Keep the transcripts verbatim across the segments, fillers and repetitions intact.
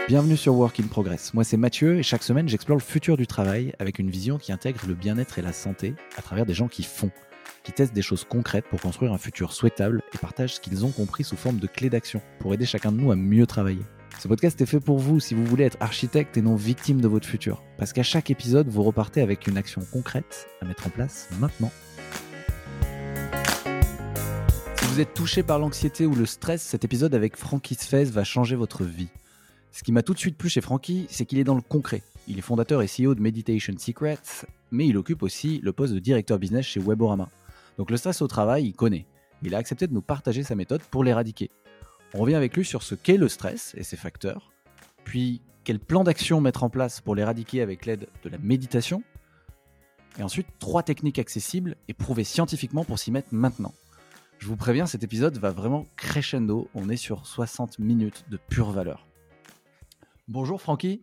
Bienvenue sur Work in Progress. Moi, c'est Mathieu et chaque semaine, j'explore le futur du travail avec une vision qui intègre le bien-être et la santé à travers des gens qui font, qui testent des choses concrètes pour construire un futur souhaitable et partagent ce qu'ils ont compris sous forme de clés d'action pour aider chacun de nous à mieux travailler. Ce podcast est fait pour vous si vous voulez être architecte et non victime de votre futur. Parce qu'à chaque épisode, vous repartez avec une action concrète à mettre en place maintenant. Si vous êtes touché par l'anxiété ou le stress, cet épisode avec Francky Sfez va changer votre vie. Ce qui m'a tout de suite plu chez Francky, c'est qu'il est dans le concret. Il est fondateur et C E O de Meditation Secrets, mais il occupe aussi le poste de directeur business chez Weborama. Donc le stress au travail, il connaît. Il a accepté de nous partager sa méthode pour l'éradiquer. On revient avec lui sur ce qu'est le stress et ses facteurs, puis quel plan d'action mettre en place pour l'éradiquer avec l'aide de la méditation, et ensuite trois techniques accessibles et prouvées scientifiquement pour s'y mettre maintenant. Je vous préviens, cet épisode va vraiment crescendo, on est sur soixante minutes de pure valeur. Bonjour Francky.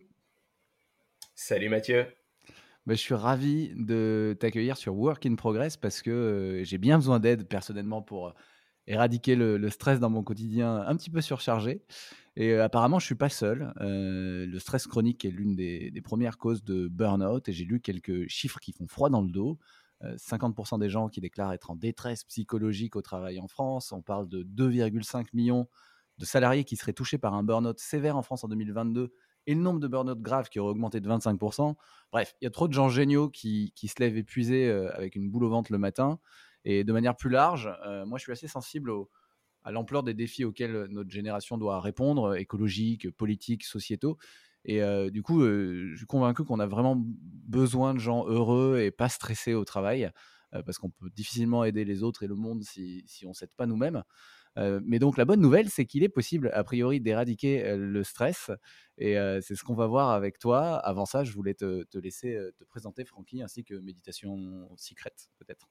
Salut Mathieu. Ben, je suis ravi de t'accueillir sur Work in Progress parce que euh, j'ai bien besoin d'aide personnellement pour euh, éradiquer le, le stress dans mon quotidien un petit peu surchargé. Et euh, apparemment, je ne suis pas seul. Euh, le stress chronique est l'une des, des premières causes de burn-out et j'ai lu quelques chiffres qui font froid dans le dos. Euh, cinquante pour cent des gens qui déclarent être en détresse psychologique au travail en France. On parle de deux virgule cinq millions de salariés qui seraient touchés par un burn-out sévère en France en deux mille vingt-deux et le nombre de burn-out graves qui aurait augmenté de vingt-cinq pour cent. Bref, il y a trop de gens géniaux qui, qui se lèvent épuisés euh, avec une boule au ventre le matin. Et de manière plus large, euh, moi je suis assez sensible au, à l'ampleur des défis auxquels notre génération doit répondre, écologiques, politiques, sociétaux. Et euh, du coup, euh, je suis convaincu qu'on a vraiment besoin de gens heureux et pas stressés au travail, euh, parce qu'on peut difficilement aider les autres et le monde si, si on ne s'aide pas nous-mêmes. Euh, mais donc la bonne nouvelle, c'est qu'il est possible, a priori, d'éradiquer euh, le stress. Et euh, c'est ce qu'on va voir avec toi. Avant ça, je voulais te, te laisser euh, te présenter, Francky, ainsi que Méditation Secret, peut-être.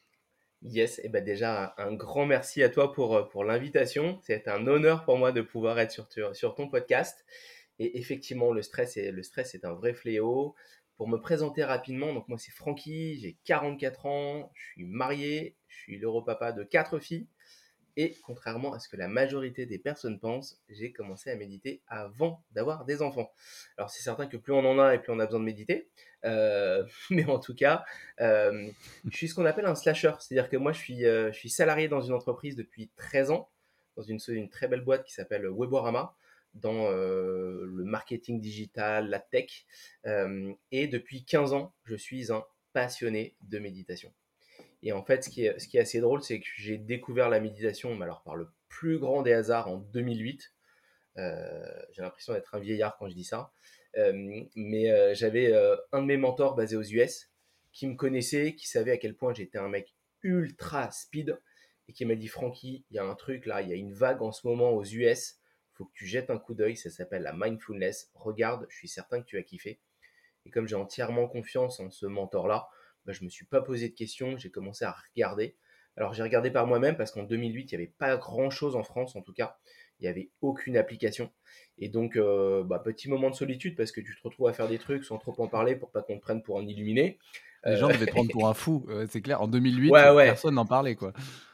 Yes, et ben déjà un, un grand merci à toi pour, euh, pour l'invitation. C'est un honneur pour moi de pouvoir être sur, sur, sur ton podcast. Et effectivement, le stress, est, le stress est un vrai fléau. Pour me présenter rapidement, donc moi c'est Francky, j'ai quarante-quatre ans, je suis marié, je suis l'europapa de quatre filles. Et contrairement à ce que la majorité des personnes pensent, j'ai commencé à méditer avant d'avoir des enfants. Alors c'est certain que plus on en a et plus on a besoin de méditer, euh, mais en tout cas, euh, je suis ce qu'on appelle un slasher, c'est-à-dire que moi je suis, euh, je suis salarié dans une entreprise depuis treize ans, dans une, une très belle boîte qui s'appelle Weborama, dans euh, le marketing digital, la tech, euh, et depuis quinze ans, je suis un passionné de méditation. Et en fait, ce qui est, ce qui est assez drôle, c'est que j'ai découvert la méditation, mais alors par le plus grand des hasards en deux mille huit. Euh, j'ai l'impression d'être un vieillard quand je dis ça. Euh, mais euh, j'avais euh, un de mes mentors basé aux U S qui me connaissait, qui savait à quel point j'étais un mec ultra speed et qui m'a dit Francky, il y a un truc là, il y a une vague en ce moment aux U S, il faut que tu jettes un coup d'œil, ça s'appelle la mindfulness. Regarde, je suis certain que tu vas kiffer. Et comme j'ai entièrement confiance en ce mentor-là, bah, je ne me suis pas posé de questions, j'ai commencé à regarder. Alors j'ai regardé par moi-même parce qu'en deux mille huit, il n'y avait pas grand-chose en France en tout cas. Il n'y avait aucune application. Et donc, euh, bah, petit moment de solitude parce que tu te retrouves à faire des trucs sans trop en parler pour pas qu'on te prenne pour un illuminé. Les gens Euh, devaient te prendre pour un fou, euh, c'est clair. En deux mille huit, ouais, ouais. personne n'en parlait, quoi.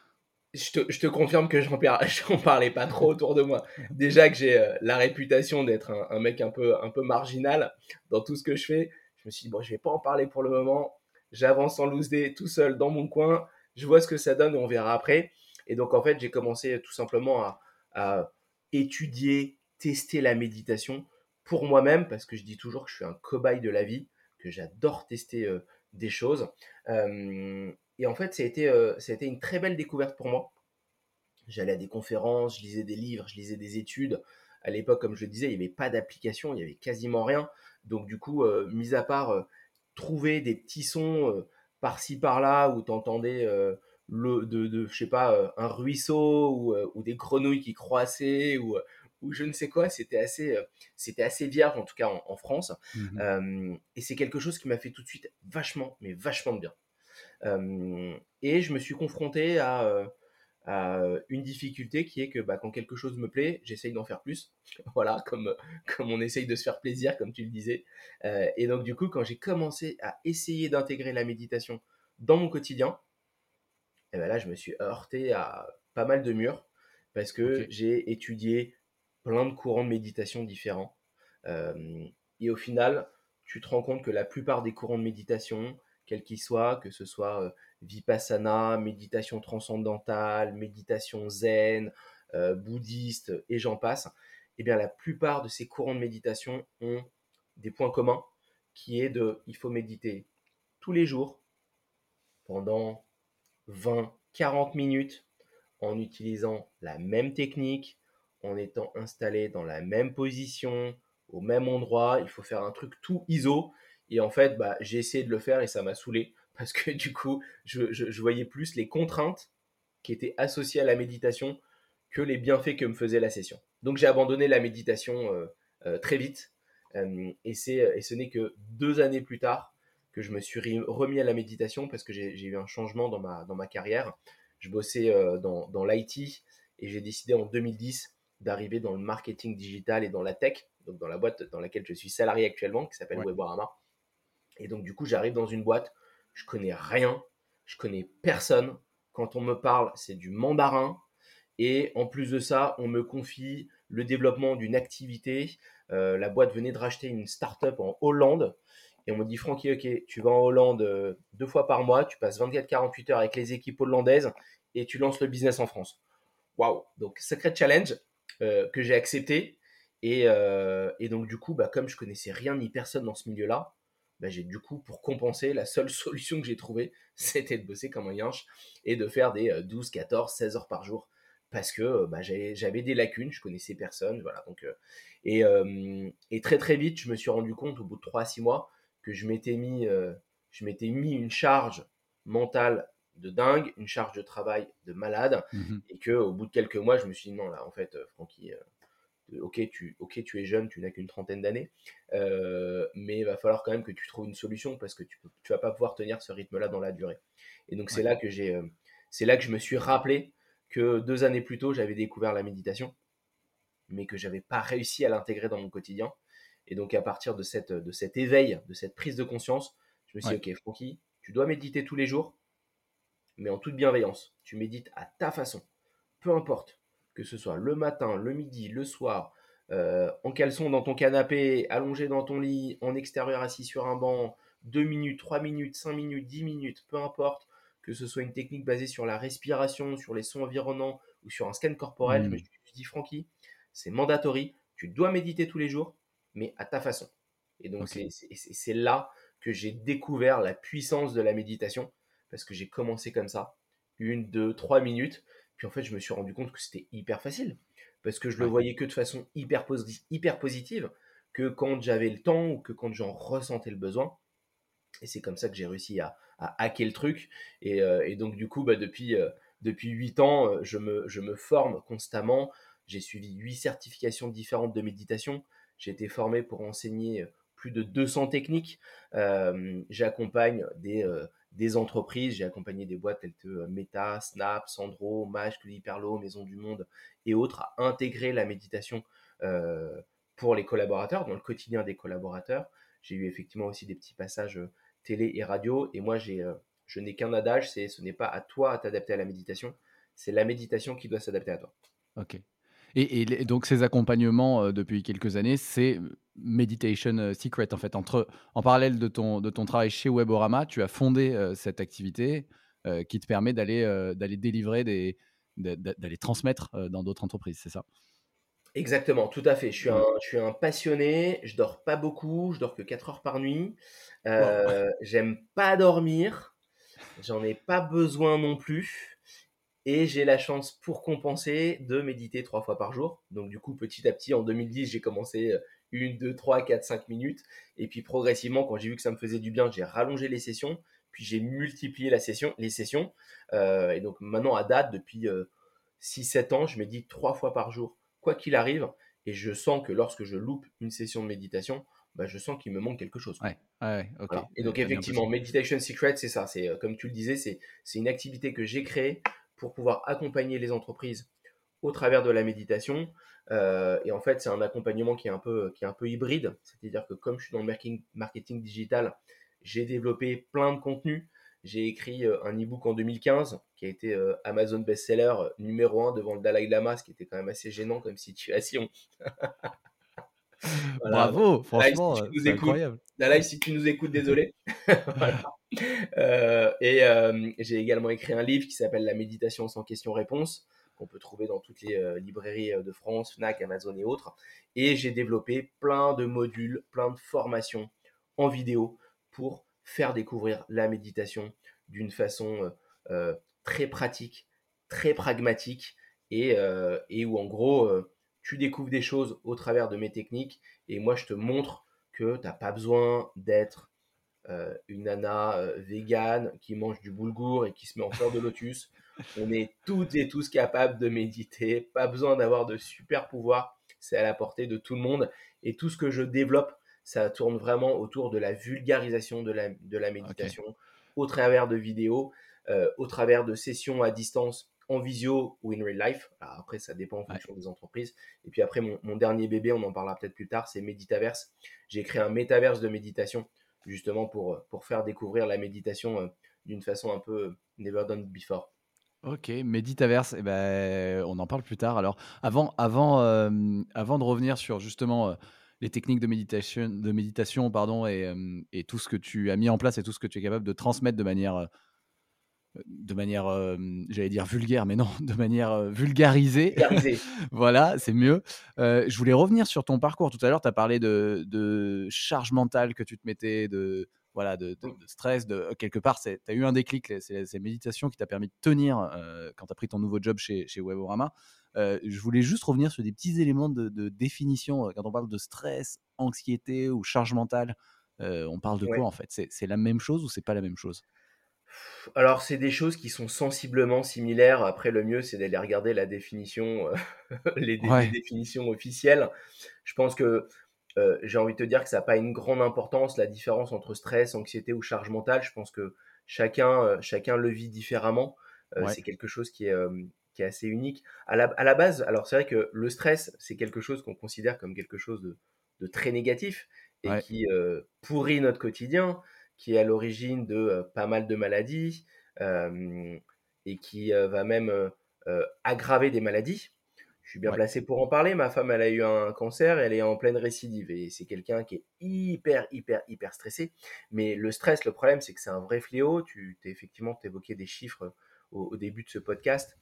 Je te, je te confirme que j'en, par- j'en parlais pas trop autour de moi. Déjà que j'ai euh, la réputation d'être un, un mec un peu, un peu marginal dans tout ce que je fais, je me suis dit, bon, je vais pas en parler pour le moment. J'avance en loose day tout seul dans mon coin. Je vois ce que ça donne et on verra après. Et donc, en fait, j'ai commencé tout simplement à, à étudier, tester la méditation pour moi-même parce que je dis toujours que je suis un cobaye de la vie, que j'adore tester euh, des choses. Euh, et en fait, ça a, été, euh, ça a été une très belle découverte pour moi. J'allais à des conférences, je lisais des livres, je lisais des études. À l'époque, comme je le disais, il n'y avait pas d'application, il n'y avait quasiment rien. Donc du coup, euh, mis à part euh, trouver des petits sons euh, par-ci par-là où tu entendais euh, le, de, de, je sais pas, euh, un ruisseau ou, euh, ou des grenouilles qui croissaient ou, euh, ou je ne sais quoi, c'était assez, euh, c'était assez vierge en tout cas en, en France. Mhm. Euh, et c'est quelque chose qui m'a fait tout de suite vachement, mais vachement de bien. Euh, et je me suis confronté à, euh, à une difficulté qui est que bah, quand quelque chose me plaît, j'essaye d'en faire plus. Voilà, comme, comme on essaye de se faire plaisir, comme tu le disais. Euh, et donc du coup, quand j'ai commencé à essayer d'intégrer la méditation dans mon quotidien, et ben là, je me suis heurté à pas mal de murs parce Ok. que j'ai étudié plein de courants de méditation différents. Euh, et au final, tu te rends compte que la plupart des courants de méditation, quels qu'ils soient, que ce soit euh, Vipassana, méditation transcendantale, méditation zen, euh, bouddhiste, et j'en passe, eh bien la plupart de ces courants de méditation ont des points communs, qui est de, il faut méditer tous les jours pendant vingt, quarante minutes en utilisant la même technique, en étant installé dans la même position, au même endroit. Il faut faire un truc tout I S O. Et en fait, bah, j'ai essayé de le faire et ça m'a saoulé parce que du coup, je, je, je voyais plus les contraintes qui étaient associées à la méditation que les bienfaits que me faisait la session. Donc j'ai abandonné la méditation euh, euh, très vite. Euh, et, c'est, et ce n'est que deux années plus tard que je me suis remis à la méditation parce que j'ai, j'ai eu un changement dans ma, dans ma carrière. Je bossais euh, dans, dans l'I T et j'ai décidé en deux mille dix d'arriver dans le marketing digital et dans la tech, donc dans la boîte dans laquelle je suis salarié actuellement, qui s'appelle Ouais. Weborama. Et donc du coup, j'arrive dans une boîte, je connais rien, je connais personne. Quand on me parle, c'est du mandarin. Et en plus de ça, on me confie le développement d'une activité. Euh, la boîte venait de racheter une start-up en Hollande. Et on me dit, Francky, ok, tu vas en Hollande euh, deux fois par mois, tu passes vingt-quatre à quarante-huit heures avec les équipes hollandaises et tu lances le business en France. Waouh! Donc, sacré challenge euh, que j'ai accepté. Et, euh, et donc, du coup, bah, comme je connaissais rien ni personne dans ce milieu-là, bah, j'ai du coup, pour compenser, la seule solution que j'ai trouvée, c'était de bosser comme un yinche et de faire des euh, douze, quatorze, seize heures par jour. Parce que euh, bah, j'avais, j'avais des lacunes, je connaissais personne. Voilà, donc, euh, et, euh, et très très vite, je me suis rendu compte au bout de trois à six mois que je m'étais mis, euh, je m'étais mis une charge mentale de dingue, une charge de travail de malade Mhm. et que au bout de quelques mois, je me suis dit non là, en fait, euh, Francky, euh, ok, tu, ok, tu es jeune, tu n'as qu'une trentaine d'années, euh, mais il va falloir quand même que tu trouves une solution parce que tu, peux, tu vas pas pouvoir tenir ce rythme-là dans la durée. Et donc c'est Ouais. là que j'ai, euh, c'est là que je me suis rappelé que deux années plus tôt, j'avais découvert la méditation, mais que j'avais pas réussi à l'intégrer dans mon quotidien. Et donc à partir de cette, de cet éveil, de cette prise de conscience, je me suis Ouais. dit ok, Francky, tu dois méditer tous les jours, mais en toute bienveillance. Tu médites à ta façon, peu importe, que ce soit le matin, le midi, le soir, euh, en caleçon dans ton canapé, allongé dans ton lit, en extérieur assis sur un banc, deux minutes, trois minutes, cinq minutes, dix minutes, peu importe, que ce soit une technique basée sur la respiration, sur les sons environnants ou sur un scan corporel, je me Mhm. suis dit, Francky, c'est mandatory, tu dois méditer tous les jours, mais à ta façon. Et donc Ok. c'est, c'est, c'est là que j'ai découvert la puissance de la méditation, parce que j'ai commencé comme ça, une, deux, trois minutes, puis en fait, je me suis rendu compte que c'était hyper facile parce que je le Ouais. voyais que de façon hyper, posi- hyper positive, que quand j'avais le temps ou que quand j'en ressentais le besoin. Et c'est comme ça que j'ai réussi à, à hacker le truc. Et, euh, et donc, du coup, bah, depuis, euh, depuis huit ans, euh, je me, je me forme constamment. J'ai suivi huit certifications différentes de méditation. J'ai été formé pour enseigner plus de deux cents techniques. Euh, j'accompagne des, euh, des entreprises, j'ai accompagné des boîtes telles que euh, Meta, Snap, Sandro, Maj, Hyperlo, Maison du Monde et autres à intégrer la méditation euh, pour les collaborateurs, dans le quotidien des collaborateurs. J'ai eu effectivement aussi des petits passages euh, télé et radio. Et moi, j'ai, euh, je n'ai qu'un adage, c'est ce n'est pas à toi à t'adapter à la méditation, c'est la méditation qui doit s'adapter à toi. Ok. Et, et les- donc ces accompagnements euh, depuis quelques années, c'est Meditation euh, Secret en fait. Entre, en parallèle de ton, de ton travail chez Weborama, tu as fondé euh, cette activité euh, qui te permet d'aller euh, d'aller délivrer des, d'a- d'a- d'aller transmettre euh, dans d'autres entreprises, c'est ça? Exactement, tout à fait. Je suis un, Ouais. je suis un passionné, je dors pas beaucoup, je dors que quatre heures par nuit. Waouh. Euh, j'aime pas dormir, j'en ai pas besoin non plus. Et j'ai la chance pour compenser de méditer trois fois par jour. Donc du coup, petit à petit, en deux mille dix, j'ai commencé euh, une, deux, trois, quatre, cinq minutes. Et puis progressivement, quand j'ai vu que ça me faisait du bien, j'ai rallongé les sessions. Puis j'ai multiplié la session, les sessions. Euh, et donc maintenant, à date, depuis euh, six sept ans, je médite trois fois par jour, quoi qu'il arrive. Et je sens que lorsque je loupe une session de méditation, bah, je sens qu'il me manque quelque chose, quoi. Ouais, ouais, ouais, ok. Voilà. Et Euh, donc T'as bien effectivement, bossé. Meditation Secret, c'est ça. C'est euh, comme tu le disais, c'est c'est une activité que j'ai créée pour pouvoir accompagner les entreprises au travers de la méditation. Euh, et en fait, c'est un accompagnement qui est un peu qui est un peu hybride. C'est-à-dire que comme je suis dans le marketing, marketing digital, j'ai développé plein de contenus. J'ai écrit euh, un e-book en deux mille quinze qui a été euh, Amazon best-seller euh, numéro un devant le Dalai Lama, ce qui était quand même assez gênant comme situation. Voilà, donc Bravo, Dalai, si franchement, tu heu, nous c'est écoutes incroyable. Dalai, si tu nous écoutes, désolé. Voilà. Heu et hem, j'ai également écrit un livre qui s'appelle «La méditation sans questions-réponses», qu'on peut trouver dans toutes les, heu, librairies, heu, de France, Fnac, Amazon et autres, et j'ai développé plein de modules, plein de formations en vidéo pour faire découvrir la méditation d'une façon, heu heu, très pratique, très pragmatique et heu et où en gros, heu, tu découvres des choses au travers de mes techniques et moi je te montre que tu as pas besoin d'être euh, une nana euh, végane qui mange du boulgour et qui se met en fleur de lotus. On est toutes et tous capables de méditer, pas besoin d'avoir de super pouvoirs, c'est à la portée de tout le monde. Et tout ce que je développe, ça tourne vraiment autour de la vulgarisation de la, de la OK, méditation, au travers de vidéos, euh, au travers de sessions à distance en visio ou in real life. Alors après, ça dépend en ouais. fonction des entreprises. Et puis après, mon, mon dernier bébé, on en parlera peut-être plus tard, c'est Meditaverse. J'ai créé un métaverse de méditation justement pour, pour faire découvrir la méditation euh, d'une façon un peu euh, never done before. OK, Meditaverse, et ben, on en parle plus tard. Alors avant avant, hem, avant de revenir sur justement, heu, les techniques de méditation de méditation pardon et hem et tout ce que tu as mis en place et tout ce que tu es capable de transmettre de manière, heu, de manière, hem, j'allais dire vulgaire, mais non, de manière, heu, vulgarisée. Vulgariser. Voilà, c'est mieux. Heu, je voulais revenir sur ton parcours. Tout à l'heure, tu as parlé de de charge mentale que tu te mettais, de voilà, de de Mm. de stress, de quelque part, c'est tu as eu un déclic, les c'est ces méditations qui t'a permis de tenir, heu, quand tu as pris ton nouveau job chez chez Weborama. Heu, je voulais juste revenir sur des petits éléments de de définition, heu, quand on parle de stress, anxiété ou charge mentale, heu, on parle de quoi Ouais. en fait? C'est c'est la même chose ou c'est pas la même chose? Alors, c'est des choses qui sont sensiblement similaires. Après, le mieux, c'est d'aller regarder la définition, euh, les, dé- les Ouais, définitions officielles. Je pense que euh, j'ai envie de te dire que ça n'a pas une grande importance, la différence entre stress, anxiété ou charge mentale. Je pense que chacun, euh, chacun le vit différemment. Euh, ouais, c'est quelque chose qui est, euh, qui est assez unique. À la, à la base, alors c'est vrai que le stress, c'est quelque chose qu'on considère comme quelque chose de, de très négatif et ouais, qui euh, pourrit notre quotidien, qui est à l'origine de euh, pas mal de maladies euh, et qui euh, va même euh, euh, aggraver des maladies. Je suis bien ouais, placé pour en parler. Ma femme, elle a eu un cancer, elle est en pleine récidive et c'est quelqu'un qui est hyper, hyper, hyper stressé. Mais le stress, le problème, c'est que c'est un vrai fléau. Tu t'es effectivement évoqué des chiffres au, au début de ce podcast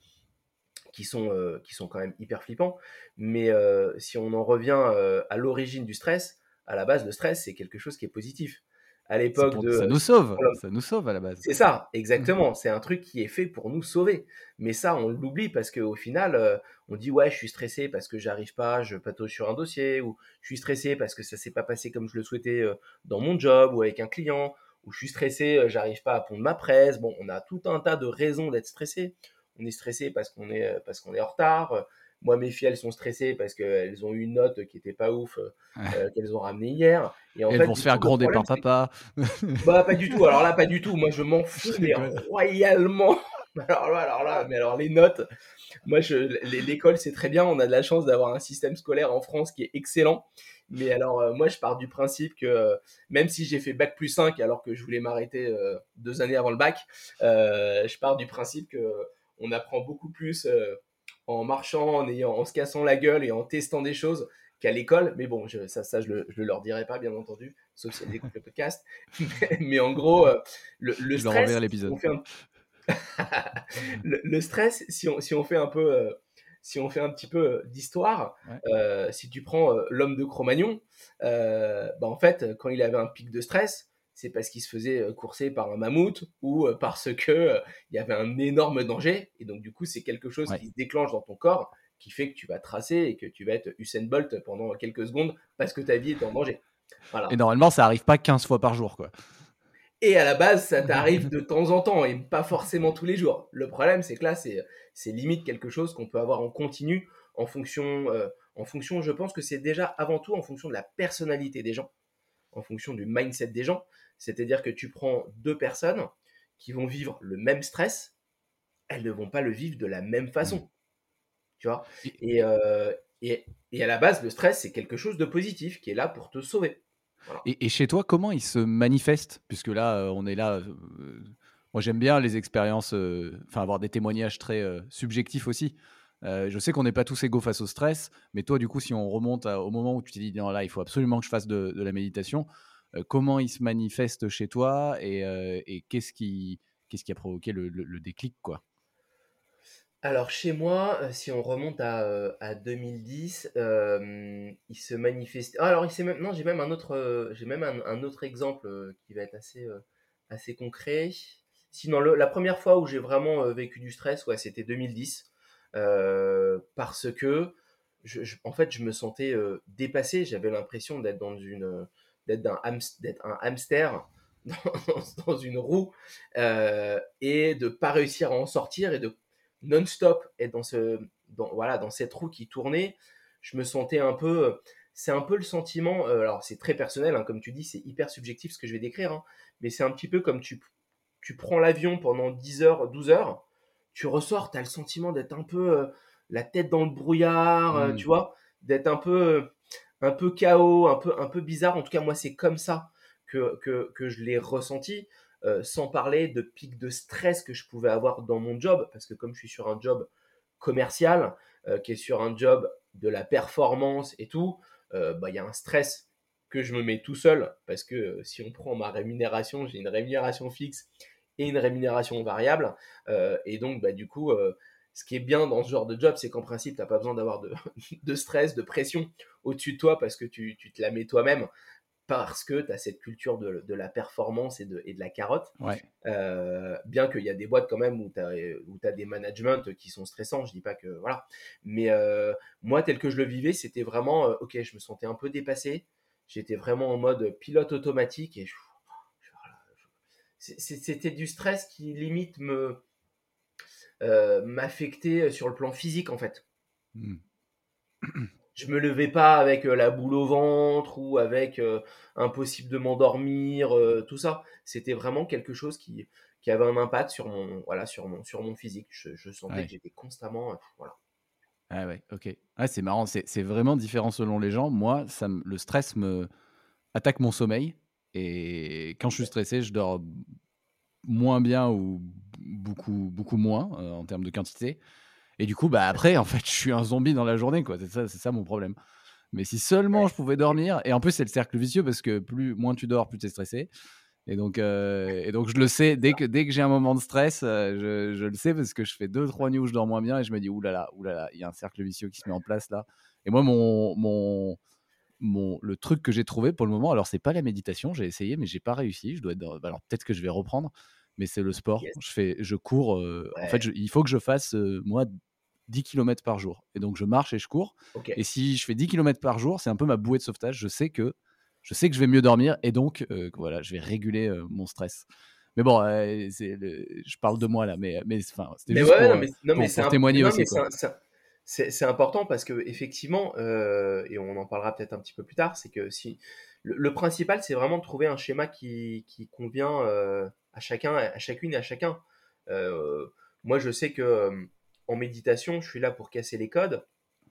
qui sont, euh, qui sont quand même hyper flippants. Mais euh, si on en revient euh, à l'origine du stress, à la base, le stress, c'est quelque chose qui est positif. À c'est l'époque pour de ça euh, nous sauve, Christophe ça nous sauve à la base. c'est ça, exactement. C'est un truc qui est fait pour nous sauver. Mais ça, on l'oublie parce qu'au final, euh, on dit ouais, je suis stressé parce que j'arrive pas, je patauge sur un dossier, ou je suis stressé parce que ça s'est pas passé comme je le souhaitais euh, dans mon job ou avec un client, ou je suis stressé, euh, j'arrive pas à pondre ma presse. Bon, on a tout un tas de raisons d'être stressé. On est stressé parce qu'on est euh, parce qu'on est en retard. Euh, Moi, mes filles, elles sont stressées parce qu'elles ont eu une note qui était pas ouf, euh, euh, qu'elles ont ramenée hier. Et en Et elles fait, vont se du faire coup, le gronder problème, par c'est papa. bah, pas du tout. Alors là, pas du tout. Moi, je m'en fous, Je mais rigole. royalement. Alors là, alors là, mais alors les notes, moi, je, l'école, c'est très bien. On a de la chance d'avoir un système scolaire en France qui est excellent. Mais alors, euh, moi, je pars du principe que euh, même si j'ai fait bac plus cinq, alors que je voulais m'arrêter euh, deux années avant le bac, euh, je pars du principe que on apprend beaucoup plus euh, en marchant, en ayant, en se cassant la gueule et en testant des choses qu'à l'école. Mais bon, je, ça, ça, je le, je le leur dirai pas, bien entendu, sauf si elles écoutent le podcast. Mais en gros, euh, le, le Je leur enverrai stress, si on l'épisode. fait un le, le stress, si on, si on fait un peu, euh, si on fait un petit peu euh, d'histoire, Ouais, euh, si tu prends euh, l'homme de Cro-Magnon, euh, bah en fait, quand il avait un pic de stress, c'est parce qu'il se faisait euh, courser par un mammouth ou euh, parce que euh, il y avait un énorme danger. Et donc du coup, c'est quelque chose ouais. qui se déclenche dans ton corps, qui fait que tu vas tracer et que tu vas être Usain Bolt pendant quelques secondes parce que ta vie est en danger. Et Voilà. normalement, ça arrive pas quinze fois par jour, quoi. Et à la base, ça t'arrive de temps en temps et pas forcément tous les jours. Le problème, c'est que là, c'est, c'est limite quelque chose qu'on peut avoir en continu en fonction, euh, en fonction, je pense que c'est déjà avant tout en fonction de la personnalité des gens, en fonction du mindset des gens. C'est-à-dire que tu prends deux personnes qui vont vivre le même stress, elles ne vont pas le vivre de la même Mmh. façon, tu vois. Et Et, euh, et, et à la base, le stress, c'est quelque chose de positif qui est là pour te sauver. Voilà. et et chez toi, comment il se manifeste? Puisque là, heu, on est là, heu, moi, j'aime bien les expériences, heu, enfin, avoir des témoignages très, heu, subjectifs aussi. Euh, je sais qu'on n'est pas tous égaux face au stress, mais toi, du coup, si on remonte à- au moment où tu t'es dit, non, là, il faut absolument que je fasse de, de la méditation, euh, comment il se manifeste chez toi et, euh, et qu'est-ce qui, qu'est-ce qui a provoqué le, le- le déclic, quoi? Alors chez moi, euh, si on remonte à, euh, à deux mille dix, euh, il se manifeste. Ah, alors il s'est même. Non, j'ai même un autre, euh, j'ai même un, un autre exemple euh, qui va être assez, euh, assez concret. Sinon, le- la première fois où j'ai vraiment euh, vécu du stress, ouais, c'était deux mille dix, euh, parce que je, je- en fait, je me sentais euh, dépassé. J'avais l'impression d'être dans une, d'être d'un hams- d'être un hamster dans, dans- dans une roue, euh, et de pas réussir à en sortir et de non-stop être dans ce, dans, voilà, dans cette roue qui tournait. Je me sentais un peu, c'est un peu le sentiment. Euh, alors c'est très personnel, hein, comme tu dis, c'est hyper subjectif ce que je vais décrire, hein, mais c'est un petit peu comme tu, tu prends l'avion pendant dix heures, douze heures, tu ressors, tu as le sentiment d'être un peu euh, la tête dans le brouillard, euh, Hmm. tu vois, d'être un peu, euh, un peu chaos, un peu, un peu bizarre. En tout cas, moi, c'est comme ça que, que, que je l'ai ressenti, euh, sans parler de pics de stress que je pouvais avoir dans mon job, parce que comme je suis sur un job commercial, euh, qui est sur un job de la performance et tout, euh, bah, il y a un stress que je me mets tout seul, parce que euh, si on prend ma rémunération, j'ai une rémunération fixe et une rémunération variable, euh, et donc bah, du coup, euh, ce qui est bien dans ce genre de job, c'est qu'en principe, tu n'as pas besoin d'avoir de, de stress, de pression au-dessus de toi, parce que tu, tu te la mets toi-même, parce que tu as cette culture de, de la performance et de, et de la carotte. Ouais. Euh, bien qu'il y a des boîtes quand même où tu as, où t'as des managements qui sont stressants, je dis pas que voilà. Mais euh, moi, tel que je le vivais, c'était vraiment, euh, ok, je me sentais un peu dépassé. J'étais vraiment en mode pilote automatique et je- je- voilà, je- c'est- c'était du stress qui limite me euh, m'affectait sur le plan physique en fait. Hmm. Je me levais pas avec euh, la boule au ventre ou avec euh, impossible de m'endormir, euh, tout ça. C'était vraiment quelque chose qui, qui avait un impact sur mon, voilà, sur mon, sur mon physique. Je, je sentais que Ouais. j'étais constamment, euh, voilà. Ah ouais, ok. Ah, c'est marrant, c'est c'est vraiment différent selon les gens. Moi, ça me- le stress me attaque mon sommeil et quand je suis stressé, je dors moins bien ou beaucoup, beaucoup moins euh, en termes de quantité. Et du coup, bah après, en fait, je suis un zombie dans la journée, quoi. C'est ça, c'est ça mon problème. Mais si seulement je pouvais dormir, et en plus, c'est le cercle vicieux parce que plus, moins tu dors, plus tu es stressé. Et donc, euh, et donc, je le sais, dès que, dès que j'ai un moment de stress, euh, je, je le sais parce que je fais deux, trois nuits où je dors moins bien et je me dis, oulala, oulala, il y a un cercle vicieux qui se met en place là. Et moi, mon, mon, mon, le truc que j'ai trouvé pour le moment, alors c'est pas la méditation, j'ai essayé, mais j'ai pas réussi. Je dois être dans- alors peut-être que je vais reprendre, mais c'est le sport. Yes. Je fais, je cours. Euh, en fait, Ouais, je- il faut que je fasse euh, moi dix kilomètres par jour. Et donc je marche et je cours. ok. Et si je fais dix kilomètres par jour, c'est un peu ma bouée de sauvetage. Je sais que je sais que je vais mieux dormir et donc euh, que voilà, je vais réguler euh, mon stress. Mais bon, euh, c'est le- je parle de moi là, mais mais enfin, c'était Mais juste ouais, pour non, euh, mais, non, mais pour, c'est pour un- mais témoigner non, aussi mais quoi. c'est un- c'est un- c'est- c'est important parce que effectivement, euh, et on en parlera peut-être un petit peu plus tard, c'est que si le, le principal, c'est vraiment de trouver un schéma qui, qui convient euh, à chacun, à chacune et à chacun. Euh, Moi, je sais que euh, en méditation, je suis là pour casser les codes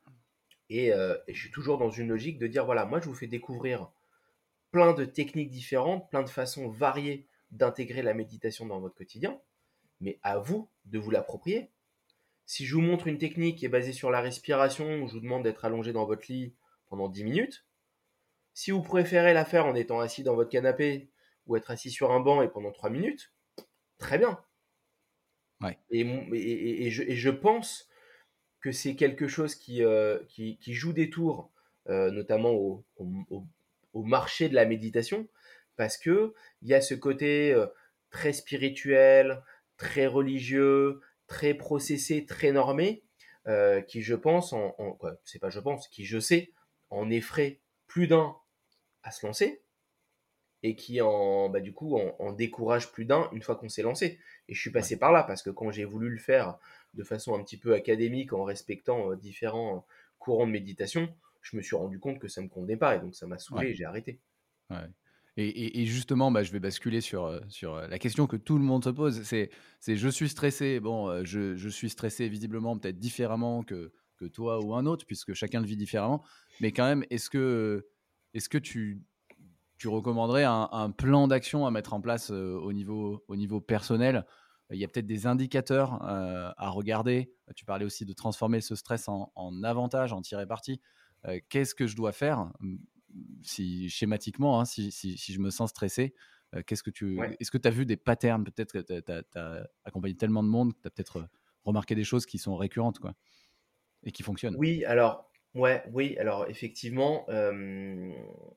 et, euh, et je suis toujours dans une logique de dire voilà, moi, je vous fais découvrir plein de techniques différentes, plein de façons variées d'intégrer la méditation dans votre quotidien, mais à vous de vous l'approprier. Si je vous montre une technique qui est basée sur la respiration, où je vous demande d'être allongé dans votre lit pendant dix minutes, si vous préférez la faire en étant assis dans votre canapé ou être assis sur un banc et pendant trois minutes, très bien. Ouais, Et, et- et- et je, et je pense que c'est quelque chose qui, euh, qui, qui joue des tours, euh, notamment au, au- au marché de la méditation, parce que il y a ce côté euh, très spirituel, très religieux, très processé, très normé, euh, qui je pense, en, en- quoi, c'est pas je pense, qui je sais, en effraie plus d'un à se lancer et qui en, bah, du coup en, en décourage plus d'un une fois qu'on s'est lancé. Et je suis ouais, passé par là parce que quand j'ai voulu le faire de façon un petit peu académique en respectant euh, différents euh, courants de méditation, je me suis rendu compte que ça me convenait pas et donc ça m'a ouais. saoulé et j'ai arrêté. Ouais. Et, et- et justement, bah, je vais basculer sur, euh, sur euh, la question que tout le monde se pose. C'est, c'est je suis stressé. Bon, euh, je, je suis stressé visiblement peut-être différemment que, que toi ou un autre, puisque chacun le vit différemment. Mais quand même, est-ce que, est-ce que tu, tu recommanderais un, un plan d'action à mettre en place euh, au niveau, au niveau personnel il y a peut-être des indicateurs euh, à regarder. Tu parlais aussi de transformer ce stress en, en avantage, en tirer parti. Euh, qu'est-ce que je dois faire si schématiquement, hein, si, si, si je me sens stressé, euh, qu'est-ce que tu, Ouais. est-ce que tu as vu des patterns? Peut-être que tu as accompagné tellement de monde que tu as peut-être euh, remarqué des choses qui sont récurrentes, quoi, et qui fonctionnent. Oui, alors, ouais, oui, alors effectivement, euh,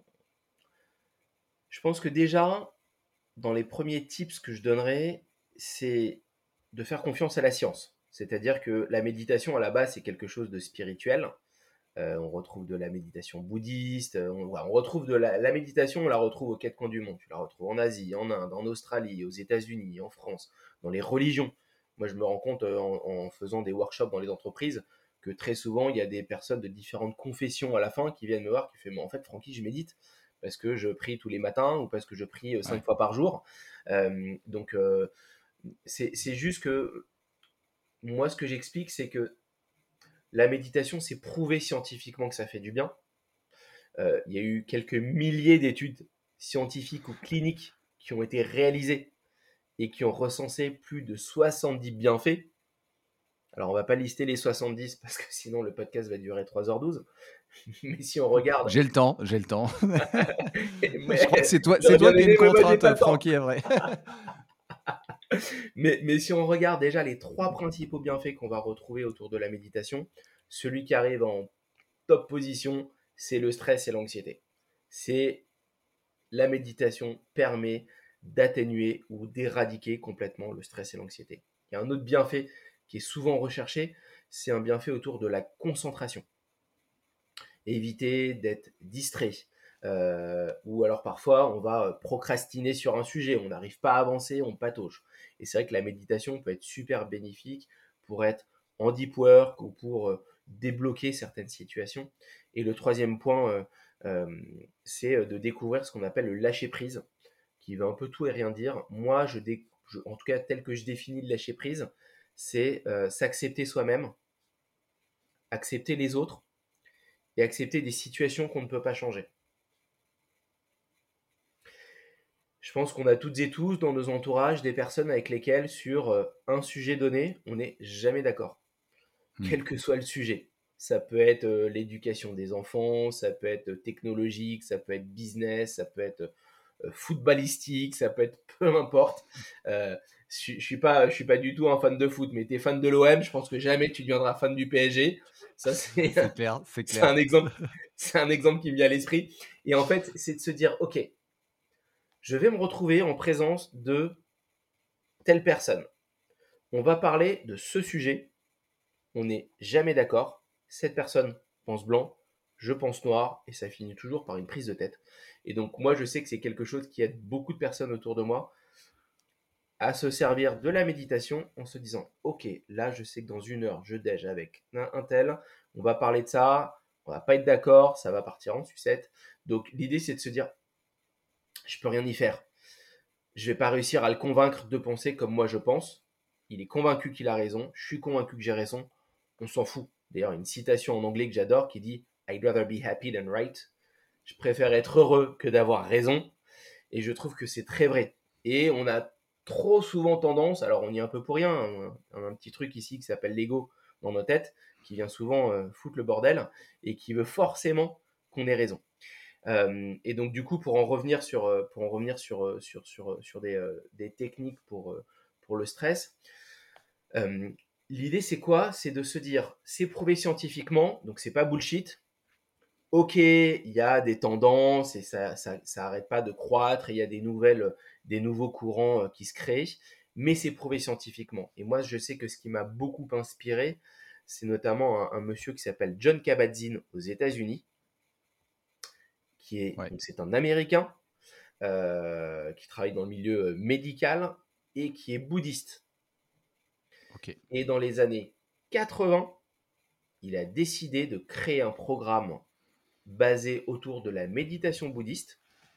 je pense que déjà, dans les premiers tips que je donnerais, c'est de faire confiance à la science. C'est-à-dire que la méditation, à la base, c'est quelque chose de spirituel. Euh, on retrouve de la méditation bouddhiste, euh, on, ouais, on retrouve de la, la méditation, on la retrouve aux quatre coins du monde. Tu la retrouves en Asie, en Inde, en Australie, aux États-Unis, en France, dans les religions. Moi, je me rends compte euh, en, en faisant des workshops dans les entreprises que très souvent, il y a des personnes de différentes confessions à la fin qui viennent me voir, qui font, mais en fait, Francky, je médite parce que je prie tous les matins ou parce que je prie euh, cinq Ouais. fois par jour. Euh, donc, euh, c'est c'est juste que moi, ce que j'explique, c'est que la méditation, c'est prouvé scientifiquement que ça fait du bien. Euh, il y a eu quelques milliers d'études scientifiques ou cliniques qui ont été réalisées et qui ont recensé plus de soixante-dix bienfaits. Alors, on va pas lister les soixante-dix parce que sinon le podcast va durer trois heures douze. Mais si on regarde, J'ai le temps, j'ai le temps. Je crois que mais, c'est toi, c'est j'aurais bien toi qui as aimé, une mais moi j'ai pas contrainte, le temps. Francky, vrai. Mais, mais si on regarde déjà les trois principaux bienfaits qu'on va retrouver autour de la méditation, celui qui arrive en top position, c'est le stress et l'anxiété. C'est la méditation permet d'atténuer ou d'éradiquer complètement le stress et l'anxiété. Il y a un autre bienfait qui est souvent recherché, c'est un bienfait autour de la concentration. Éviter d'être distrait. Euh, ou alors parfois on va procrastiner sur un sujet, on n'arrive pas à avancer, on patauge. Et c'est vrai que la méditation peut être super bénéfique pour être en deep work ou pour euh, débloquer certaines situations. Et le troisième point, euh, euh, c'est de découvrir ce qu'on appelle le lâcher prise, qui veut un peu tout et rien dire. Moi, je, dé- je en tout cas tel que je définis le lâcher prise, c'est euh, s'accepter soi-même, accepter les autres et accepter des situations qu'on ne peut pas changer. Je pense qu'on a toutes et tous dans nos entourages des personnes avec lesquelles, sur euh, un sujet donné, on n'est jamais d'accord, Hmm. quel que soit le sujet. Ça peut être euh, l'éducation des enfants, ça peut être technologique, ça peut être business, ça peut être euh, footballistique, ça peut être peu importe. Euh, je, je suis pas, je suis pas du tout un fan de foot, mais tu es fan de l'O M, je pense que jamais tu deviendras fan du P S G. Ça, c'est C'est clair, c'est c'est clair. un exemple, c'est un exemple qui me vient à l'esprit. Et en fait, c'est de se dire, ok, je vais me retrouver en présence de telle personne. On va parler de ce sujet. On n'est jamais d'accord. Cette personne pense blanc, je pense noir, et ça finit toujours par une prise de tête. Et donc moi, je sais que c'est quelque chose qui aide beaucoup de personnes autour de moi à se servir de la méditation en se disant, ok, là, je sais que dans une heure, je déj avec un, un tel, on va parler de ça, on va pas être d'accord, ça va partir en sucette. Donc l'idée, c'est de se dire, je peux rien y faire. Je vais pas réussir à le convaincre de penser comme moi je pense. Il est convaincu qu'il a raison. Je suis convaincu que j'ai raison. On s'en fout. D'ailleurs, une citation en anglais que j'adore qui dit I'd rather be happy than right. Je préfère être heureux que d'avoir raison. Et je trouve que c'est très vrai. Et on a trop souvent tendance, alors on y est un peu pour rien, on a un petit truc ici qui s'appelle l'ego dans nos têtes, qui vient souvent euh, foutre le bordel et qui veut forcément qu'on ait raison. Euh, et donc du coup, pour en revenir sur, euh, pour en revenir sur, euh, sur, sur, sur des, euh, des techniques pour, euh, pour le stress, euh, l'idée c'est quoi? C'est de se dire, c'est prouvé scientifiquement, donc c'est pas bullshit. Ok, il y a des tendances et ça, ça, ça arrête pas de croître, et il y a des nouvelles, des nouveaux courants euh, qui se créent, mais c'est prouvé scientifiquement. Et moi, je sais que ce qui m'a beaucoup inspiré, c'est notamment un, un monsieur qui s'appelle John Kabat-Zinn aux États-Unis, qui est, Ouais. donc c'est un Américain euh, qui travaille dans le milieu euh, médical et qui est bouddhiste. Ok. Et dans les années quatre-vingts, il a décidé de créer un programme basé autour de la méditation bouddhiste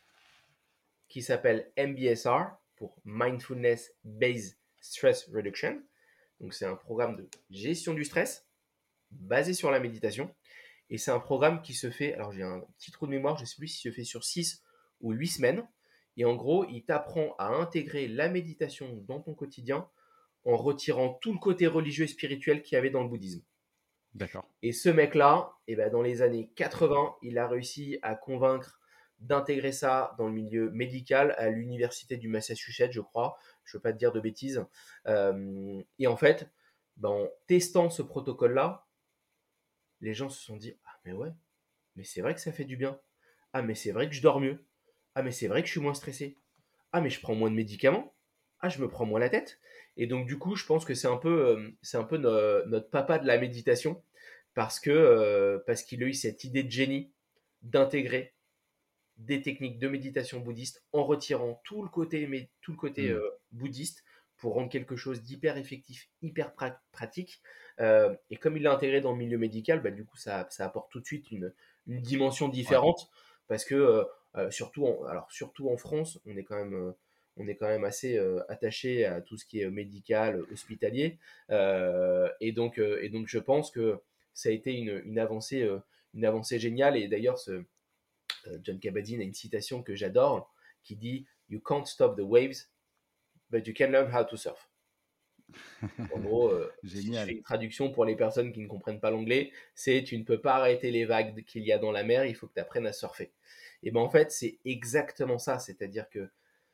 qui s'appelle M B S R pour Mindfulness Based Stress Reduction. Donc c'est un programme de gestion du stress basé sur la méditation. Et c'est un programme qui se fait, alors j'ai un petit trou de mémoire, je ne sais plus si se fait sur six ou huit semaines. Et en gros, il t'apprend à intégrer la méditation dans ton quotidien en retirant tout le côté religieux et spirituel qu'il y avait dans le bouddhisme. D'accord. Et ce mec-là, eh ben, dans les années quatre-vingts, il a réussi à convaincre d'intégrer ça dans le milieu médical à l'université du Massachusetts, je crois. Je ne veux pas te dire de bêtises. Euh, et en fait, ben, en testant ce protocole-là, les gens se sont dit, ah mais ouais, mais c'est vrai que ça fait du bien. Ah mais c'est vrai que je dors mieux. Ah mais c'est vrai que je suis moins stressé. Ah mais je prends moins de médicaments. Ah je me prends moins la tête. Et donc du coup, je pense que c'est un peu, euh, c'est un peu no- notre papa de la méditation parce que euh, parce qu'il a eu cette idée de génie d'intégrer des techniques de méditation bouddhiste en retirant tout le côté mais tout le côté Mmh. euh, bouddhiste pour rendre quelque chose d'hyper effectif, hyper pra- pratique. Euh, et comme il l'a intégré dans le milieu médical, bah, du coup ça, ça apporte tout de suite une, une dimension Ouais. différente parce que euh, euh, surtout en, alors surtout en France, on est quand même euh, on est quand même assez euh, attaché à tout ce qui est médical, hospitalier, Euh, et donc euh, et donc je pense que ça a été une, une avancée euh, une avancée géniale. Et d'ailleurs ce euh, John Kabat-Zinn a une citation que j'adore qui dit You can't stop the waves, but you can learn how to surf. En gros, euh, si je fais Génial. une traduction pour les personnes qui ne comprennent pas l'anglais, c'est tu ne peux pas arrêter les vagues qu'il y a dans la mer, il faut que tu apprennes à surfer. Et ben en fait, c'est exactement ça, c'est-à-dire que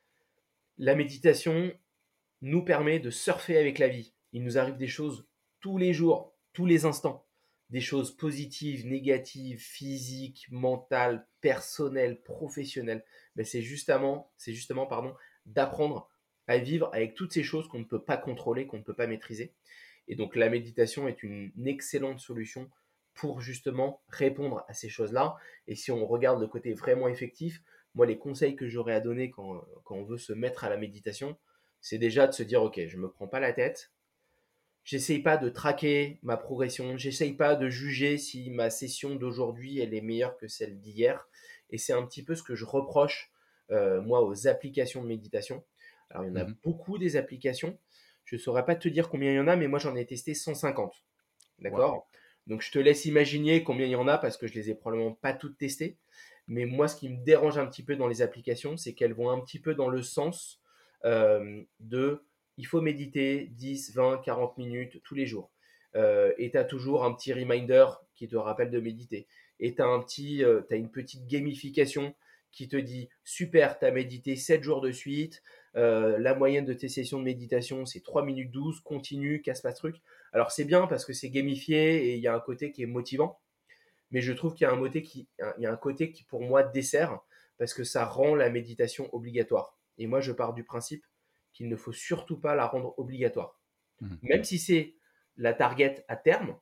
la méditation nous permet de surfer avec la vie. Il nous arrive des choses tous les jours, tous les instants. Des choses positives, négatives, physiques, mentales, personnelles, professionnelles. Mais c'est justement, c'est justement pardon, d'apprendre à vivre avec toutes ces choses qu'on ne peut pas contrôler, qu'on ne peut pas maîtriser. Et donc la méditation est une excellente solution pour justement répondre à ces choses-là. Et si on regarde le côté vraiment effectif, moi les conseils que j'aurais à donner quand, quand on veut se mettre à la méditation, c'est déjà de se dire, ok, je me prends pas la tête, j'essaye pas de traquer ma progression, j'essaye pas de juger si ma session d'aujourd'hui elle est meilleure que celle d'hier. Et c'est un petit peu ce que je reproche euh, moi aux applications de méditation. Alors il y en a Mmh. beaucoup des applications. Je saurais pas te dire combien il y en a, mais moi j'en ai testé cent cinquante. Waouh! D'accord. Donc je te laisse imaginer combien il y en a parce que je les ai probablement pas toutes testées. Mais moi, ce qui me dérange un petit peu dans les applications, c'est qu'elles vont un petit peu dans le sens euh, de il faut méditer dix, vingt, quarante minutes tous les jours. Euh, et tu as toujours un petit reminder qui te rappelle de méditer. Et tu as, un petit, euh, t'as une petite gamification qui te dit super, tu as médité sept jours de suite. Euh, la moyenne de tes sessions de méditation, c'est trois minutes douze. Continue, casse pas ce truc. Alors c'est bien parce que c'est gamifié et il y a un côté qui est motivant, mais je trouve qu'il y a un côté qui, il y a un côté qui pour moi dessert parce que ça rend la méditation obligatoire. Et moi, je pars du principe qu'il ne faut surtout pas la rendre obligatoire. Mmh. Même si c'est la target à terme,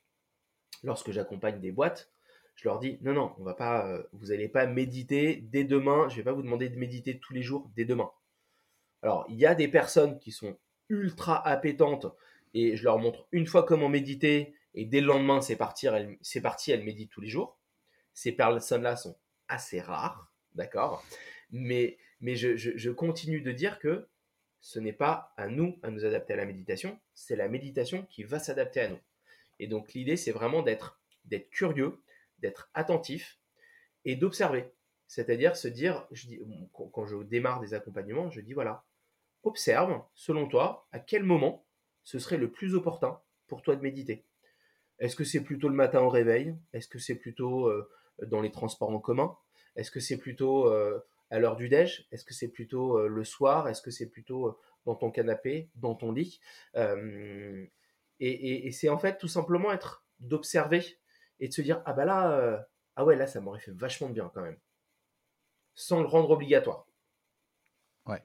lorsque j'accompagne des boîtes, je leur dis non, non, on va pas, euh, vous n'allez pas méditer dès demain. Je ne vais pas vous demander de méditer tous les jours dès demain. Alors, il y a des personnes qui sont ultra appétentes et je leur montre une fois comment méditer et dès le lendemain, c'est parti, elles, c'est parti, elles méditent tous les jours. Ces personnes-là sont assez rares, d'accord. Mais, mais je, je, je continue de dire que ce n'est pas à nous à nous adapter à la méditation, c'est la méditation qui va s'adapter à nous. Et donc l'idée, c'est vraiment d'être, d'être curieux, d'être attentif et d'observer. C'est-à-dire se dire, je dis, quand je démarre des accompagnements, je dis voilà, observe, selon toi, à quel moment ce serait le plus opportun pour toi de méditer. Est-ce que c'est plutôt le matin au réveil? Est-ce que c'est plutôt euh, dans les transports en commun? Est-ce que c'est plutôt euh, à l'heure du déj? Est-ce que c'est plutôt euh, le soir? Est-ce que c'est plutôt euh, dans ton canapé, dans ton lit? Euh, et, et- et c'est en fait tout simplement être d'observer et de se dire ah bah là euh, ah ouais là ça m'aurait fait vachement de bien quand même, sans le rendre obligatoire. Ouais.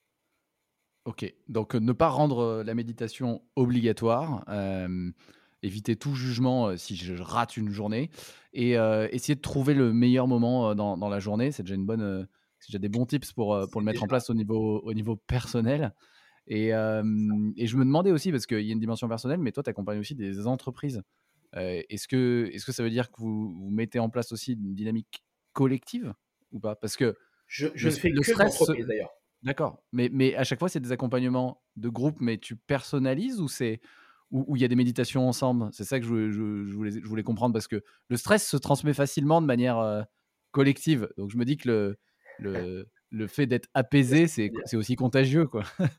OK. Donc, heu, ne pas rendre, heu, la méditation obligatoire, hem, éviter tout jugement, heu, si je je rate une journée et heu, essayer de trouver le meilleur moment, heu, dans dans la journée. C'est déjà une bonne, heu, c'est déjà des bons tips pour, heu, pour le C'est mettre en déjà place au niveau au niveau personnel et hem et je me demandais aussi parce qu'il y a une dimension personnelle, mais toi, tu accompagnes aussi des entreprises. Heu, est-ce que est-ce que ça veut dire que vous vous mettez en place aussi une dynamique collective ou pas? Parce que je, le je ne s fais le que de stress l'entreprise d'ailleurs. d'accord, mais mais à chaque fois, c'est des accompagnements de groupe, mais tu personnalises ou c'est ou ou il y a des méditations ensemble? C'est ça que je voulais je je voulais je voulais comprendre parce que le stress se transmet facilement de manière, heu, collective. Donc je me dis que le le le fait d'être apaisé, c'est C'est-à-dire c'est aussi contagieux, quoi.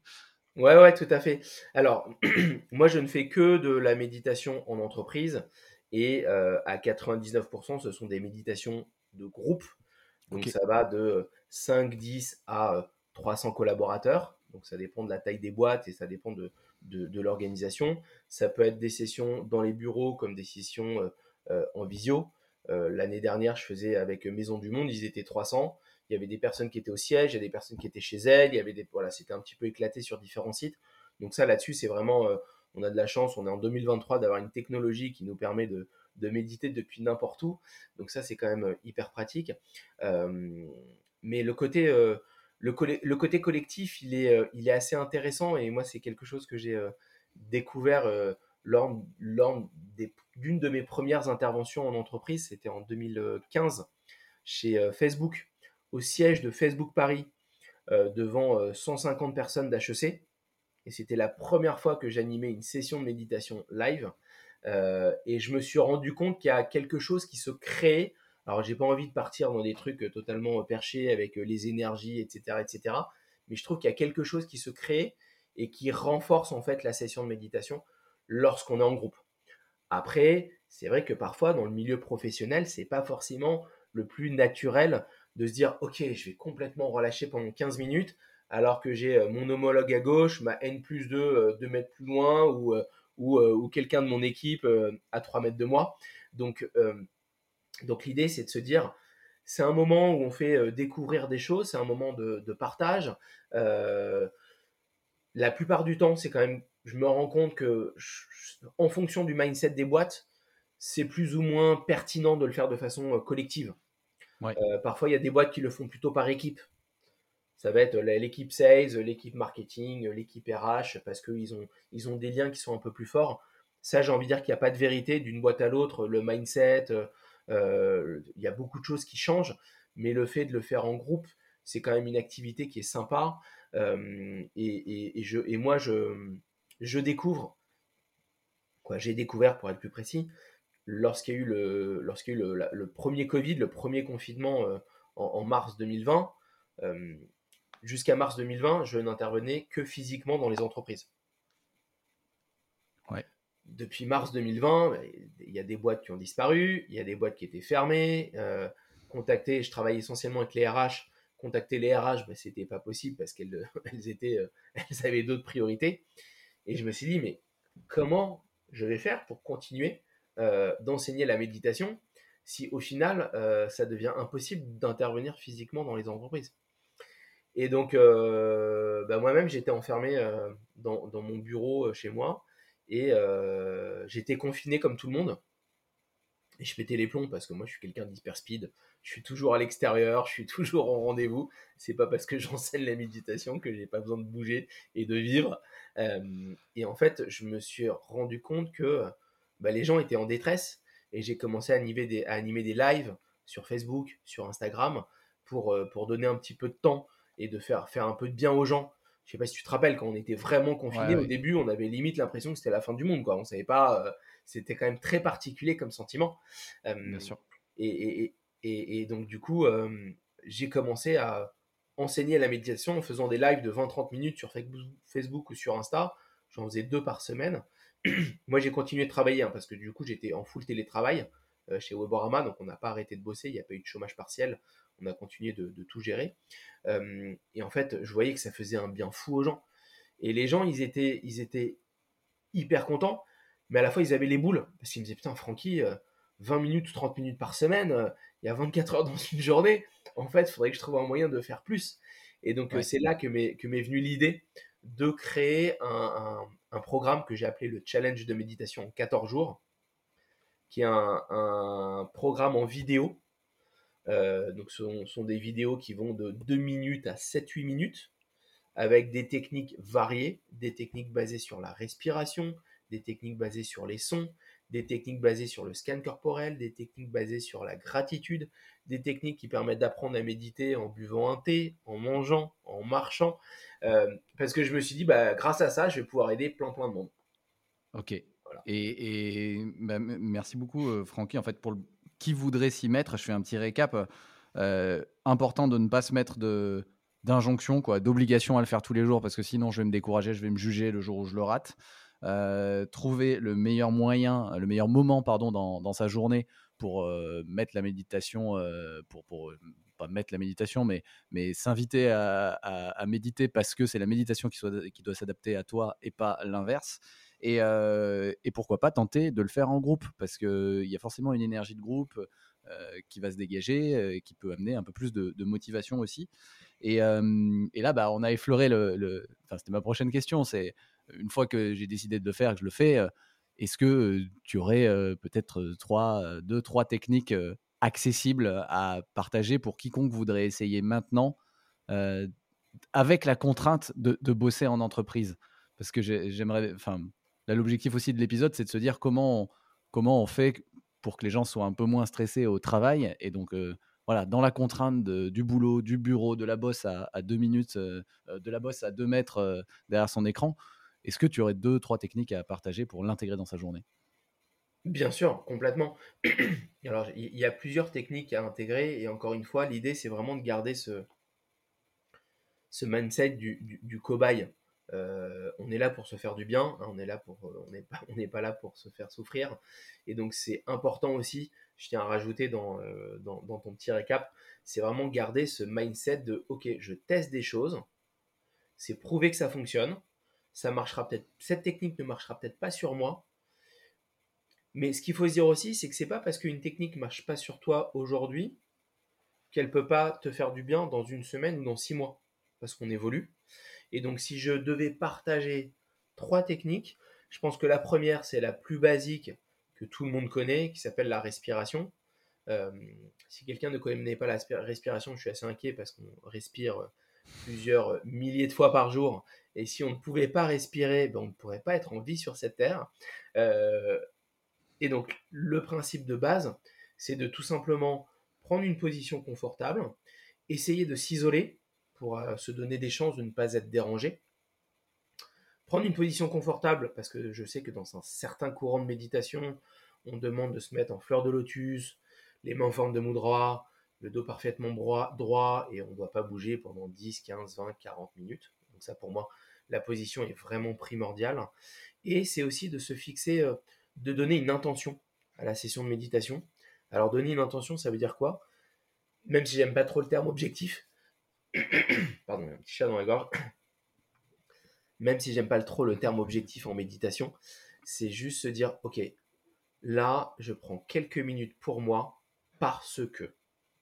Ouais, ouais, tout à fait. Alors, moi, je ne fais que de la méditation en entreprise et euh, à quatre-vingt-dix-neuf pour cent, ce sont des méditations de groupe. Donc, OK. ça va de cinq, dix à euh, trois cents collaborateurs. Donc, ça dépend de la taille des boîtes et ça dépend de, de, de l'organisation. Ça peut être des sessions dans les bureaux comme des sessions euh, euh, en visio. Euh, l'année dernière, je faisais avec Maison du Monde, ils étaient trois cents. Il y avait des personnes qui étaient au siège, il y a des personnes qui étaient chez elles, il y avait des, voilà, c'était un petit peu éclaté sur différents sites. Donc ça, là-dessus, c'est vraiment, euh, on a de la chance, on est en deux mille vingt-trois d'avoir une technologie qui nous permet de, de méditer depuis n'importe où. Donc ça, c'est quand même euh, hyper pratique. Euh, mais le côté, euh, le, le, côté collectif, il est, euh, il est assez intéressant et moi, c'est quelque chose que j'ai euh, découvert euh, lors, lors des, d'une de mes premières interventions en entreprise, c'était en deux mille quinze chez euh, Facebook, au siège de Facebook Paris, euh, devant euh, cent cinquante personnes d'H E C. Et c'était la première fois que j'animais une session de méditation live. Euh, et je me suis rendu compte qu'il y a quelque chose qui se crée. Alors, j'ai pas envie de partir dans des trucs totalement perchés avec les énergies, et cetera, et cetera. Mais je trouve qu'il y a quelque chose qui se crée et qui renforce en fait la session de méditation lorsqu'on est en groupe. Après, c'est vrai que parfois, dans le milieu professionnel, c'est pas forcément le plus naturel de se dire, OK, je vais complètement relâcher pendant quinze minutes, alors que j'ai euh, mon homologue à gauche, ma N plus deux, euh, deux mètres plus loin, ou, euh, ou, euh, ou quelqu'un de mon équipe euh, à trois mètres de moi. Donc, euh, donc l'idée, c'est de se dire, c'est un moment où on fait euh, découvrir des choses, c'est un moment de, de partage. Euh, la plupart du temps, c'est quand même, je me rends compte que je- je- en fonction du mindset des boîtes, c'est plus ou moins pertinent de le faire de façon euh, collective. Ouais. Euh, parfois, il y a des boîtes qui le font plutôt par équipe. Ça va être la- l'équipe sales, l'équipe marketing, l'équipe R H, parce qu'ils ont, ils ont des liens qui sont un peu plus forts. Ça, j'ai envie de dire qu'il n'y a pas de vérité d'une boîte à l'autre. Le mindset, euh, euh, il y a beaucoup de choses qui changent, mais le fait de le faire en groupe, c'est quand même une activité qui est sympa. Euh, et, et- et je, et moi, je, je découvre, quoi, j'ai découvert, pour être plus précis, lorsqu'il y a eu le, lorsqu'il y a eu le, la- le premier Covid, le premier confinement euh, en, en mars deux mille vingt. euh, Jusqu'à mars deux mille vingt, je n'intervenais que physiquement dans les entreprises. Ouais. Depuis mars deux mille vingt, il y a des boîtes qui ont disparu, il y a des boîtes qui étaient fermées. Euh, contacter, je travaille essentiellement avec les R H. Contacter les R H, bah, c'était pas possible parce qu'elles elles étaient, euh, elles avaient d'autres priorités. Et je me suis dit, mais comment je vais faire pour continuer euh, d'enseigner la méditation si au final, euh, ça devient impossible d'intervenir physiquement dans les entreprises. Et donc, euh, bah, moi-même, j'étais enfermé euh, dans, dans mon bureau euh, chez moi et euh, j'étais confiné comme tout le monde. Et je pétais les plombs parce que moi, je suis quelqu'un d'hyper speed. Je suis toujours à l'extérieur, je suis toujours en rendez-vous. C'est pas parce que j'enseigne la méditation que j'ai pas besoin de bouger et de vivre. Euh, et en fait, je me suis rendu compte que bah, les gens étaient en détresse et j'ai commencé à animer des, à animer des lives sur Facebook, sur Instagram pour, euh, pour donner un petit peu de temps et de faire, faire un peu de bien aux gens. Je sais pas si tu te rappelles, quand on était vraiment Ouais, confiné, au ouais, début, on avait limite l'impression que c'était la fin du monde, quoi. On savait pas, euh, c'était quand même très particulier comme sentiment. bien Euh, sûr. et, et, et, et, donc, du coup, euh, j'ai commencé à enseigner la méditation en faisant des lives de vingt trente minutes sur Facebook ou sur Insta. J'en faisais deux par semaine. Moi, j'ai continué de travailler hein, parce que du coup, j'étais en full télétravail euh, chez Weborama, donc on n'a pas arrêté de bosser, il n'y a pas eu de chômage partiel, on a continué de, de tout gérer. Euh, et en fait, je voyais que ça faisait un bien fou aux gens. Et les gens, ils étaient, ils étaient hyper contents, mais à la fois ils avaient les boules, parce qu'ils me disaient putain Francky, euh, vingt minutes ou trente minutes par semaine, euh, il y a vingt-quatre heures dans une journée, en fait il faudrait que je trouve un moyen de faire plus. Et donc euh, Ouais. c'est là que m'est, que m'est venue l'idée de créer un, un, un programme que j'ai appelé le Challenge de méditation en quatorze jours, qui est un, un programme en vidéo. Euh, donc ce sont, sont des vidéos qui vont de deux minutes à sept huit minutes, avec des techniques variées, des techniques basées sur la respiration, des techniques basées sur les sons, des techniques basées sur le scan corporel, des techniques basées sur la gratitude, des techniques qui permettent d'apprendre à méditer en buvant un thé, en mangeant, en marchant. Euh, parce que je me suis dit, bah, grâce à ça, je vais pouvoir aider plein plein de monde. OK. Voilà. Et et bah, m merci beaucoup, heu, Francky. En fait, pour le qui voudrait s'y mettre, je fais un petit récap, heu important de ne pas se mettre de d'injonction, quoi, d'obligation à le faire tous les jours parce que sinon je vais me décourager, je vais me juger le jour où je le rate. Heu, trouver le meilleur moyen, le meilleur moment pardon dans dans sa journée pour, heu, mettre la méditation, heu, pour pour, heu, pas mettre la méditation mais mais s'inviter à à à méditer parce que c'est la méditation qui soit qui doit s'adapter à toi et pas l'inverse et heu et pourquoi pas tenter de le faire en groupe parce qu'il y a forcément une énergie de groupe, heu, qui va se dégager, heu, et qui peut amener un peu plus de de motivation aussi et hem et là, bah, on a effleuré le le enfin, c'était ma prochaine question, c'est une fois que j'ai décidé de le faire, que je le fais, heu, est-ce que, heu, tu aurais, heu, peut-être, heu, trois, heu, deux trois techniques, heu, accessibles, à partager pour quiconque voudrait essayer maintenant, heu, avec la contrainte de de bosser en entreprise? Parce que j'ai j'aimerais enfin, là, l'objectif aussi de l'épisode, c'est de se dire comment on comment on fait q pour que les gens soient un peu moins stressés au travail et donc, heu, voilà, dans la contrainte de du boulot, du bureau, de la bosse à à deux minutes, heu heu, de la bosse à deux mètres, heu, derrière son écran. Est-ce que tu aurais deux trois techniques à partager pour l'intégrer dans sa journée? Bien sûr, complètement. Alors, il il y a plusieurs techniques à intégrer et encore une fois, l'idée, c'est vraiment de garder ce ce mindset du du du cobaye. Heu, on est là pour se faire du bien, hein, on est là pour, heu, on n'est pas on n'est pas là pour se faire souffrir et donc c'est important aussi, je tiens à rajouter dans, heu, dans dans ton petit récap, c'est vraiment garder ce mindset de: «OK, je teste des choses, c'est prouvé que ça fonctionne, ça marchera peut-être cette technique ne marchera peut-être pas sur moi». Mais ce qu'il faut se dire aussi, c'est que c'est pas parce qu'une technique marche pas sur toi aujourd'hui, qu'elle peut pas te faire du bien dans une semaine ou dans six mois. Parce qu'on évolue. Et donc, si je devais partager trois techniques, je pense que la première, c'est la plus basique que tout le monde connaît, qui s'appelle la respiration. Euh, si quelqu'un ne connaît pas la respiration, je suis assez inquiet parce qu'on respire plusieurs milliers de fois par jour. Et si on ne pouvait pas respirer, ben on ne pourrait pas être en vie sur cette terre. Euh, et donc, le principe de base, c'est de tout simplement prendre une position confortable, essayer de s'isoler pour euh, se donner des chances de ne pas être dérangé. Prendre une position confortable, parce que je sais que dans un certain courant de méditation, on demande de se mettre en fleur de lotus, les mains en forme de mudra, le dos parfaitement droit, droit et on ne doit pas bouger pendant dix, quinze, vingt, quarante minutes. Donc ça, pour moi, la position est vraiment primordiale. Et c'est aussi de se fixer, euh, de donner une intention à la session de méditation. Alors donner une intention, ça veut dire quoi? Même si j'aime pas trop le terme objectif, pardon, un petit chat dans la gorge, même si j'aime pas trop le terme objectif en méditation, c'est juste se dire, ok, là, je prends quelques minutes pour moi parce que,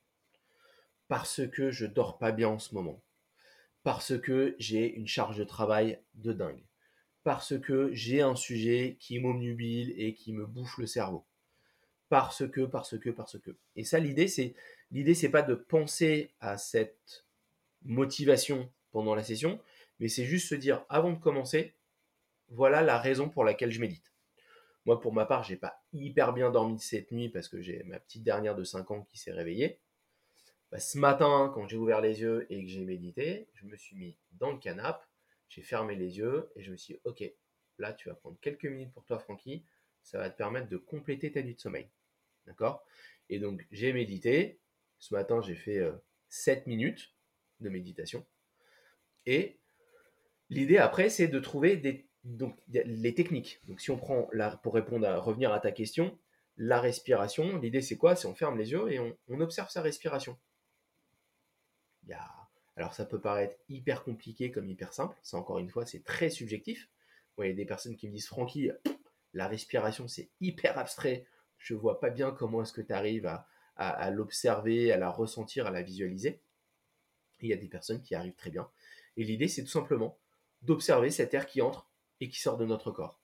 parce que je dors pas bien en ce moment, parce que j'ai une charge de travail de dingue, parce que j'ai un sujet qui m'obnubile et qui me bouffe le cerveau. Parce que, parce que, parce que. Et ça, l'idée, c'est l'idée, c'est pas de penser à cette motivation pendant la session, mais c'est juste se dire, avant de commencer, voilà la raison pour laquelle je médite. Moi, pour ma part, j'ai pas hyper bien dormi cette nuit parce que j'ai ma petite dernière de cinq ans qui s'est réveillée. Bah, ce matin, quand j'ai ouvert les yeux et que j'ai médité, je me suis mis dans le canapé, j'ai fermé les yeux et je me suis dit, ok, là, tu vas prendre quelques minutes pour toi, Francky, ça va te permettre de compléter ta nuit de sommeil. D'accord? Et donc, j'ai médité. Ce matin, j'ai fait euh, sept minutes de méditation. Et l'idée après, c'est de trouver des, donc, les techniques. Donc, si on prend, la, pour répondre à revenir à ta question, la respiration, l'idée c'est quoi? C'est on ferme les yeux et on, on observe sa respiration. Il y a, alors, ça peut paraître hyper compliqué comme hyper simple. Ça, encore une fois, c'est très subjectif. Moi, il y a des personnes qui me disent, Francky, la respiration, c'est hyper abstrait. Je vois pas bien comment est-ce que tu arrives à, à, à l'observer, à la ressentir, à la visualiser. Et il y a des personnes qui arrivent très bien. Et l'idée, c'est tout simplement d'observer cet air qui entre et qui sort de notre corps.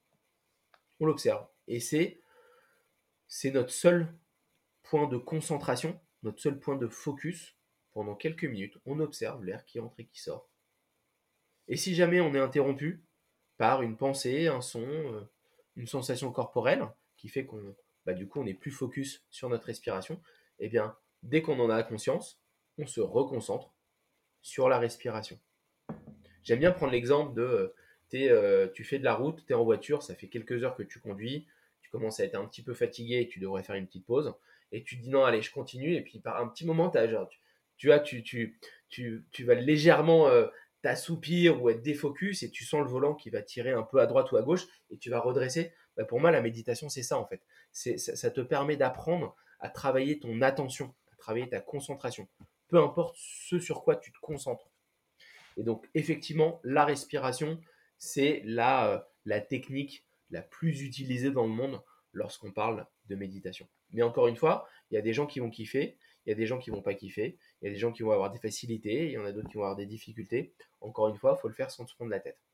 On l'observe. Et c'est, c'est notre seul point de concentration, notre seul point de focus pendant quelques minutes. On observe l'air qui entre et qui sort. Et si jamais on est interrompu par une pensée, un son, euh, une sensation corporelle qui fait qu'on, bah, du coup, on est plus focus sur notre respiration, eh bien, dès qu'on en a conscience, on se reconcentre sur la respiration. J'aime bien prendre l'exemple de, euh, t'es, euh, tu fais de la route, tu es en voiture, ça fait quelques heures que tu conduis, tu commences à être un petit peu fatigué et tu devrais faire une petite pause, et tu te dis non, allez, je continue, et puis par un petit moment, t'as, genre, tu, tu, vois, tu, tu, tu, tu vas légèrement euh, t'assoupir ou être défocus et tu sens le volant qui va tirer un peu à droite ou à gauche et tu vas redresser. Bah, pour moi, la méditation, c'est ça en fait. C'est, ça, ça te permet d'apprendre à travailler ton attention, à travailler ta concentration. Peu importe ce sur quoi tu te concentres. Et donc, effectivement, la respiration, c'est la, euh, la technique la plus utilisée dans le monde lorsqu'on parle de méditation. Mais encore une fois, il y a des gens qui vont kiffer, il y a des gens qui vont pas kiffer, il y a des gens qui vont avoir des facilités, il y en a d'autres qui vont avoir des difficultés. Encore une fois, il faut le faire sans se prendre la tête.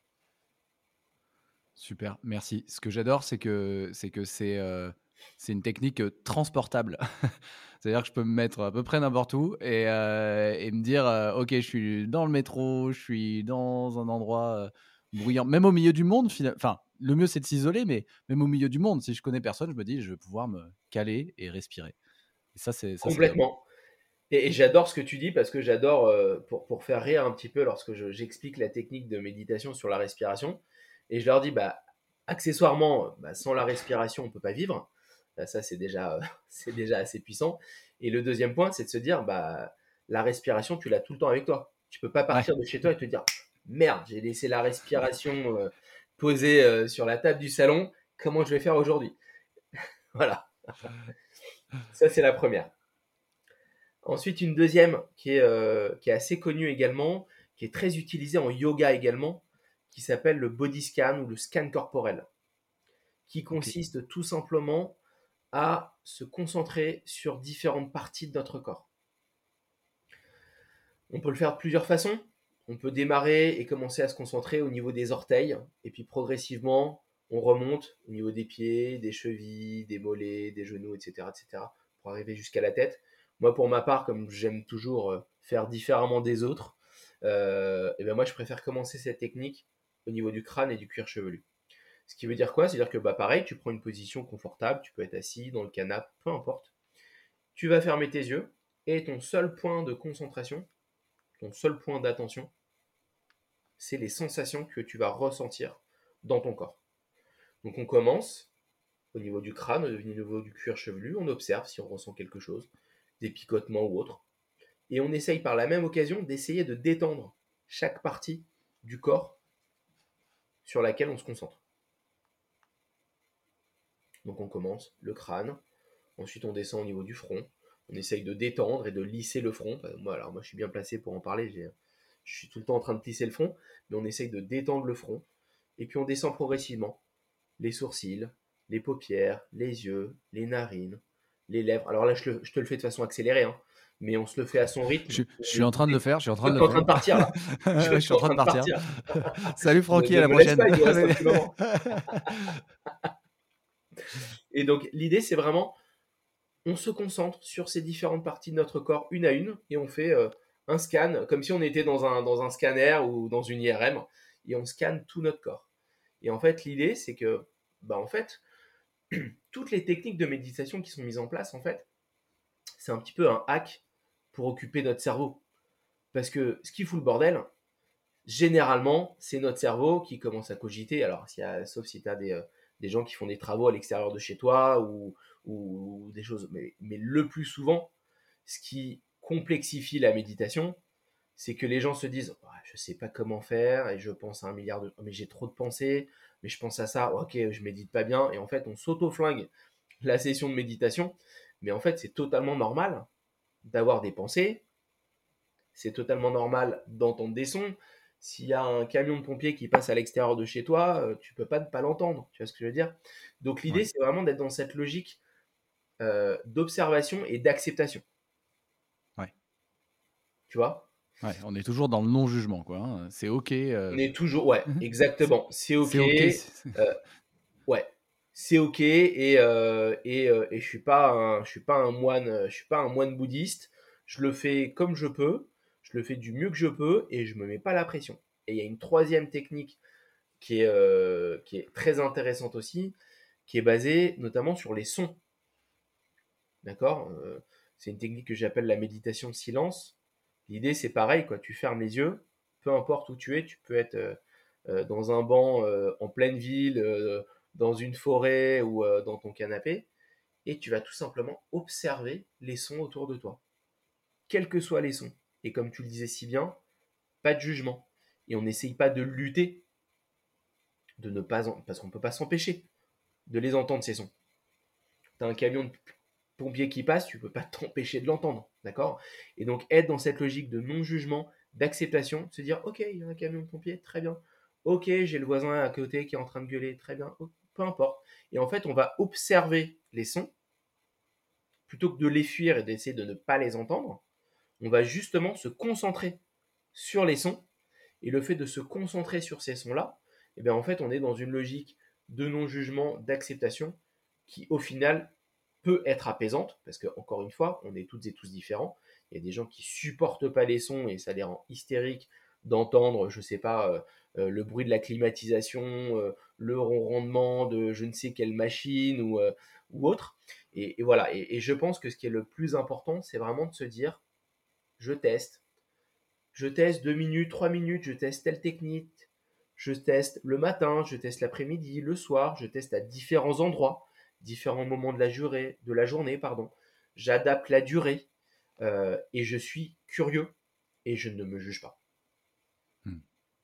Super, merci. Ce que j'adore, c'est que c'est que c'est euh, c'est une technique euh, transportable. C'est-à-dire que je peux me mettre à peu près n'importe où et, euh, et me dire, euh, ok, je suis dans le métro, je suis dans un endroit euh, bruyant, même au milieu du monde. fina- Enfin, le mieux c'est de s'isoler, mais même au milieu du monde, si je connais personne, je me dis, je vais pouvoir me caler et respirer. Et ça, c'est ça, c'est top. Complètement. Et, et j'adore ce que tu dis parce que j'adore, euh, pour, pour faire rire un petit peu lorsque je- j'explique la technique de méditation sur la respiration. Et je leur dis, bah, accessoirement, bah, sans la respiration, on ne peut pas vivre. Bah, ça, c'est déjà, c'est déjà assez puissant. Et le deuxième point, c'est de se dire, bah, la respiration, tu l'as tout le temps avec toi. Tu peux pas Ouais. partir de chez toi et te dire, merde, j'ai laissé la respiration euh, posée euh, sur la table du salon. Comment je vais faire aujourd'hui? Voilà, ça c'est la première. Ensuite, une deuxième qui est, euh, qui est assez connue également, qui est très utilisée en yoga également, qui s'appelle le body scan ou le scan corporel, qui Ok. consiste tout simplement à se concentrer sur différentes parties de notre corps. On peut le faire de plusieurs façons. On peut démarrer et commencer à se concentrer au niveau des orteils, et puis progressivement, on remonte au niveau des pieds, des chevilles, des mollets, des genoux, et cetera, et cetera, pour arriver jusqu'à la tête. Moi, pour ma part, comme j'aime toujours euh, faire différemment des autres, euh, et ben moi, je préfère commencer cette technique au niveau du crâne et du cuir chevelu. Ce qui veut dire quoi? C'est-à-dire que bah, pareil, tu prends une position confortable, tu peux être assis dans le canapé, peu importe. Tu vas fermer tes yeux et ton seul point de concentration, ton seul point d'attention, c'est les sensations que tu vas ressentir dans ton corps. Donc on commence au niveau du crâne, au niveau du cuir chevelu, on observe si on ressent quelque chose, des picotements ou autre, et on essaye par la même occasion d'essayer de détendre chaque partie du corps sur laquelle on se concentre. Donc on commence le crâne, ensuite on descend au niveau du front, on essaye de détendre et de lisser le front. Moi, alors moi je suis bien placé pour en parler, j'ai, je suis tout le temps en train de plisser le front, mais on essaye de détendre le front, et puis on descend progressivement les sourcils, les paupières, les yeux, les narines, les lèvres. Alors là, je, le- je te le fais de façon accélérée, hein, mais on se le fait à son rythme. Je, je suis en train de le faire, je suis en Je train vois de que le tu es en train faire. de partir là. Je vois Ouais, que je tu suis es en en train de train de partir. partir. Salut Ne, Francky, à ne la me laisse prochaine. pas, il nous reste un petit moment. Et donc, l'idée, c'est vraiment, on se concentre sur ces différentes parties de notre corps, une à une, et on fait euh, un scan, comme si on était dans un, dans un scanner ou dans une I R M, et on scanne tout notre corps. Et en fait, l'idée, c'est que, bah, en fait, toutes les techniques de méditation qui sont mises en place, en fait, c'est un petit peu un hack pour occuper notre cerveau. Parce que ce qui fout le bordel, généralement, c'est notre cerveau qui commence à cogiter. Alors, s'il y a, sauf si tu as des, euh, des gens qui font des travaux à l'extérieur de chez toi ou, ou des choses. Mais, mais le plus souvent, ce qui complexifie la méditation, c'est que les gens se disent oh, je sais pas comment faire et je pense à un milliard de. Mais j'ai trop de pensées, mais je pense à ça, ok, je médite pas bien. Et en fait, on s'auto-flingue la session de méditation. Mais en fait, c'est totalement normal d'avoir des pensées, c'est totalement normal d'entendre des sons. S'il y a un camion de pompiers qui passe à l'extérieur de chez toi, euh, tu peux pas ne pas l'entendre. Tu vois ce que je veux dire? Donc l'idée, Ouais, c'est vraiment d'être dans cette logique euh, d'observation et d'acceptation. ouais, Tu vois? ouais. On est toujours dans le non-jugement, quoi, hein. C'est ok. On euh, est toujours, ouais, c'est exactement. C'est ok, c'est ok. euh, c'est- ouais, c'est ok. Et euh, et, euh, et je suis pas un, je suis pas un moine, euh, je suis pas un moine bouddhiste. Je le fais comme je peux, je le fais du mieux que je peux et je me mets pas la pression. Et il y a une troisième technique qui est, euh, qui est très intéressante aussi, qui est basée notamment sur les sons. D'accord? Euh, C'est une technique que j'appelle la méditation de silence. L'idée, c'est pareil, quoi. Tu fermes les yeux, peu importe où tu es, tu peux être euh, euh, dans un banc euh, en pleine ville, euh, dans une forêt ou euh, dans ton canapé, et tu vas tout simplement observer les sons autour de toi, quels que soient les sons. Et comme tu le disais si bien, pas de jugement. Et on n'essaye pas de lutter, de ne pas en- parce qu'on ne peut pas s'empêcher de les entendre, ces sons. Tu as un camion de pompier qui passe, tu ne peux pas t'empêcher de l'entendre, d'accord? Et donc être dans cette logique de non-jugement, d'acceptation, se dire, ok, il y a un camion de pompier, très bien. Ok, j'ai le voisin à côté qui est en train de gueuler, très bien, oh, peu importe. Et en fait, on va observer les sons, plutôt que de les fuir et d'essayer de ne pas les entendre, on va justement se concentrer sur les sons. Et le fait de se concentrer sur ces sons-là, eh bien en fait, on est dans une logique de non-jugement, d'acceptation, qui au final peut être apaisante, parce que encore une fois, on est toutes et tous différents. Il y a des gens qui supportent pas les sons et ça les rend hystériques d'entendre, je sais pas, euh, euh, le bruit de la climatisation, euh, le ronronnement de je ne sais quelle machine ou, euh, ou autre. Et, et voilà. Et, et je pense que ce qui est le plus important, c'est vraiment de se dire, je teste, je teste deux minutes, trois minutes, je teste telle technique, je teste le matin, je teste l'après-midi, le soir, je teste à différents endroits, différents moments de la, jurée, de la journée, pardon. J'adapte la durée euh, et je suis curieux et je ne me juge pas. Mmh.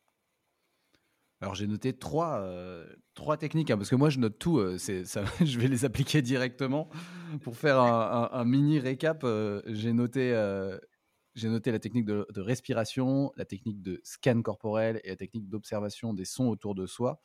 Alors j'ai noté trois, heu, trois techniques, hein, parce que moi je note tout, heu, c'est ça je vais les appliquer directement. Pour faire un un un mini récap, heu, j'ai noté, heu, j'ai noté la technique de de respiration, la technique de scan corporel et la technique d'observation des sons autour de soi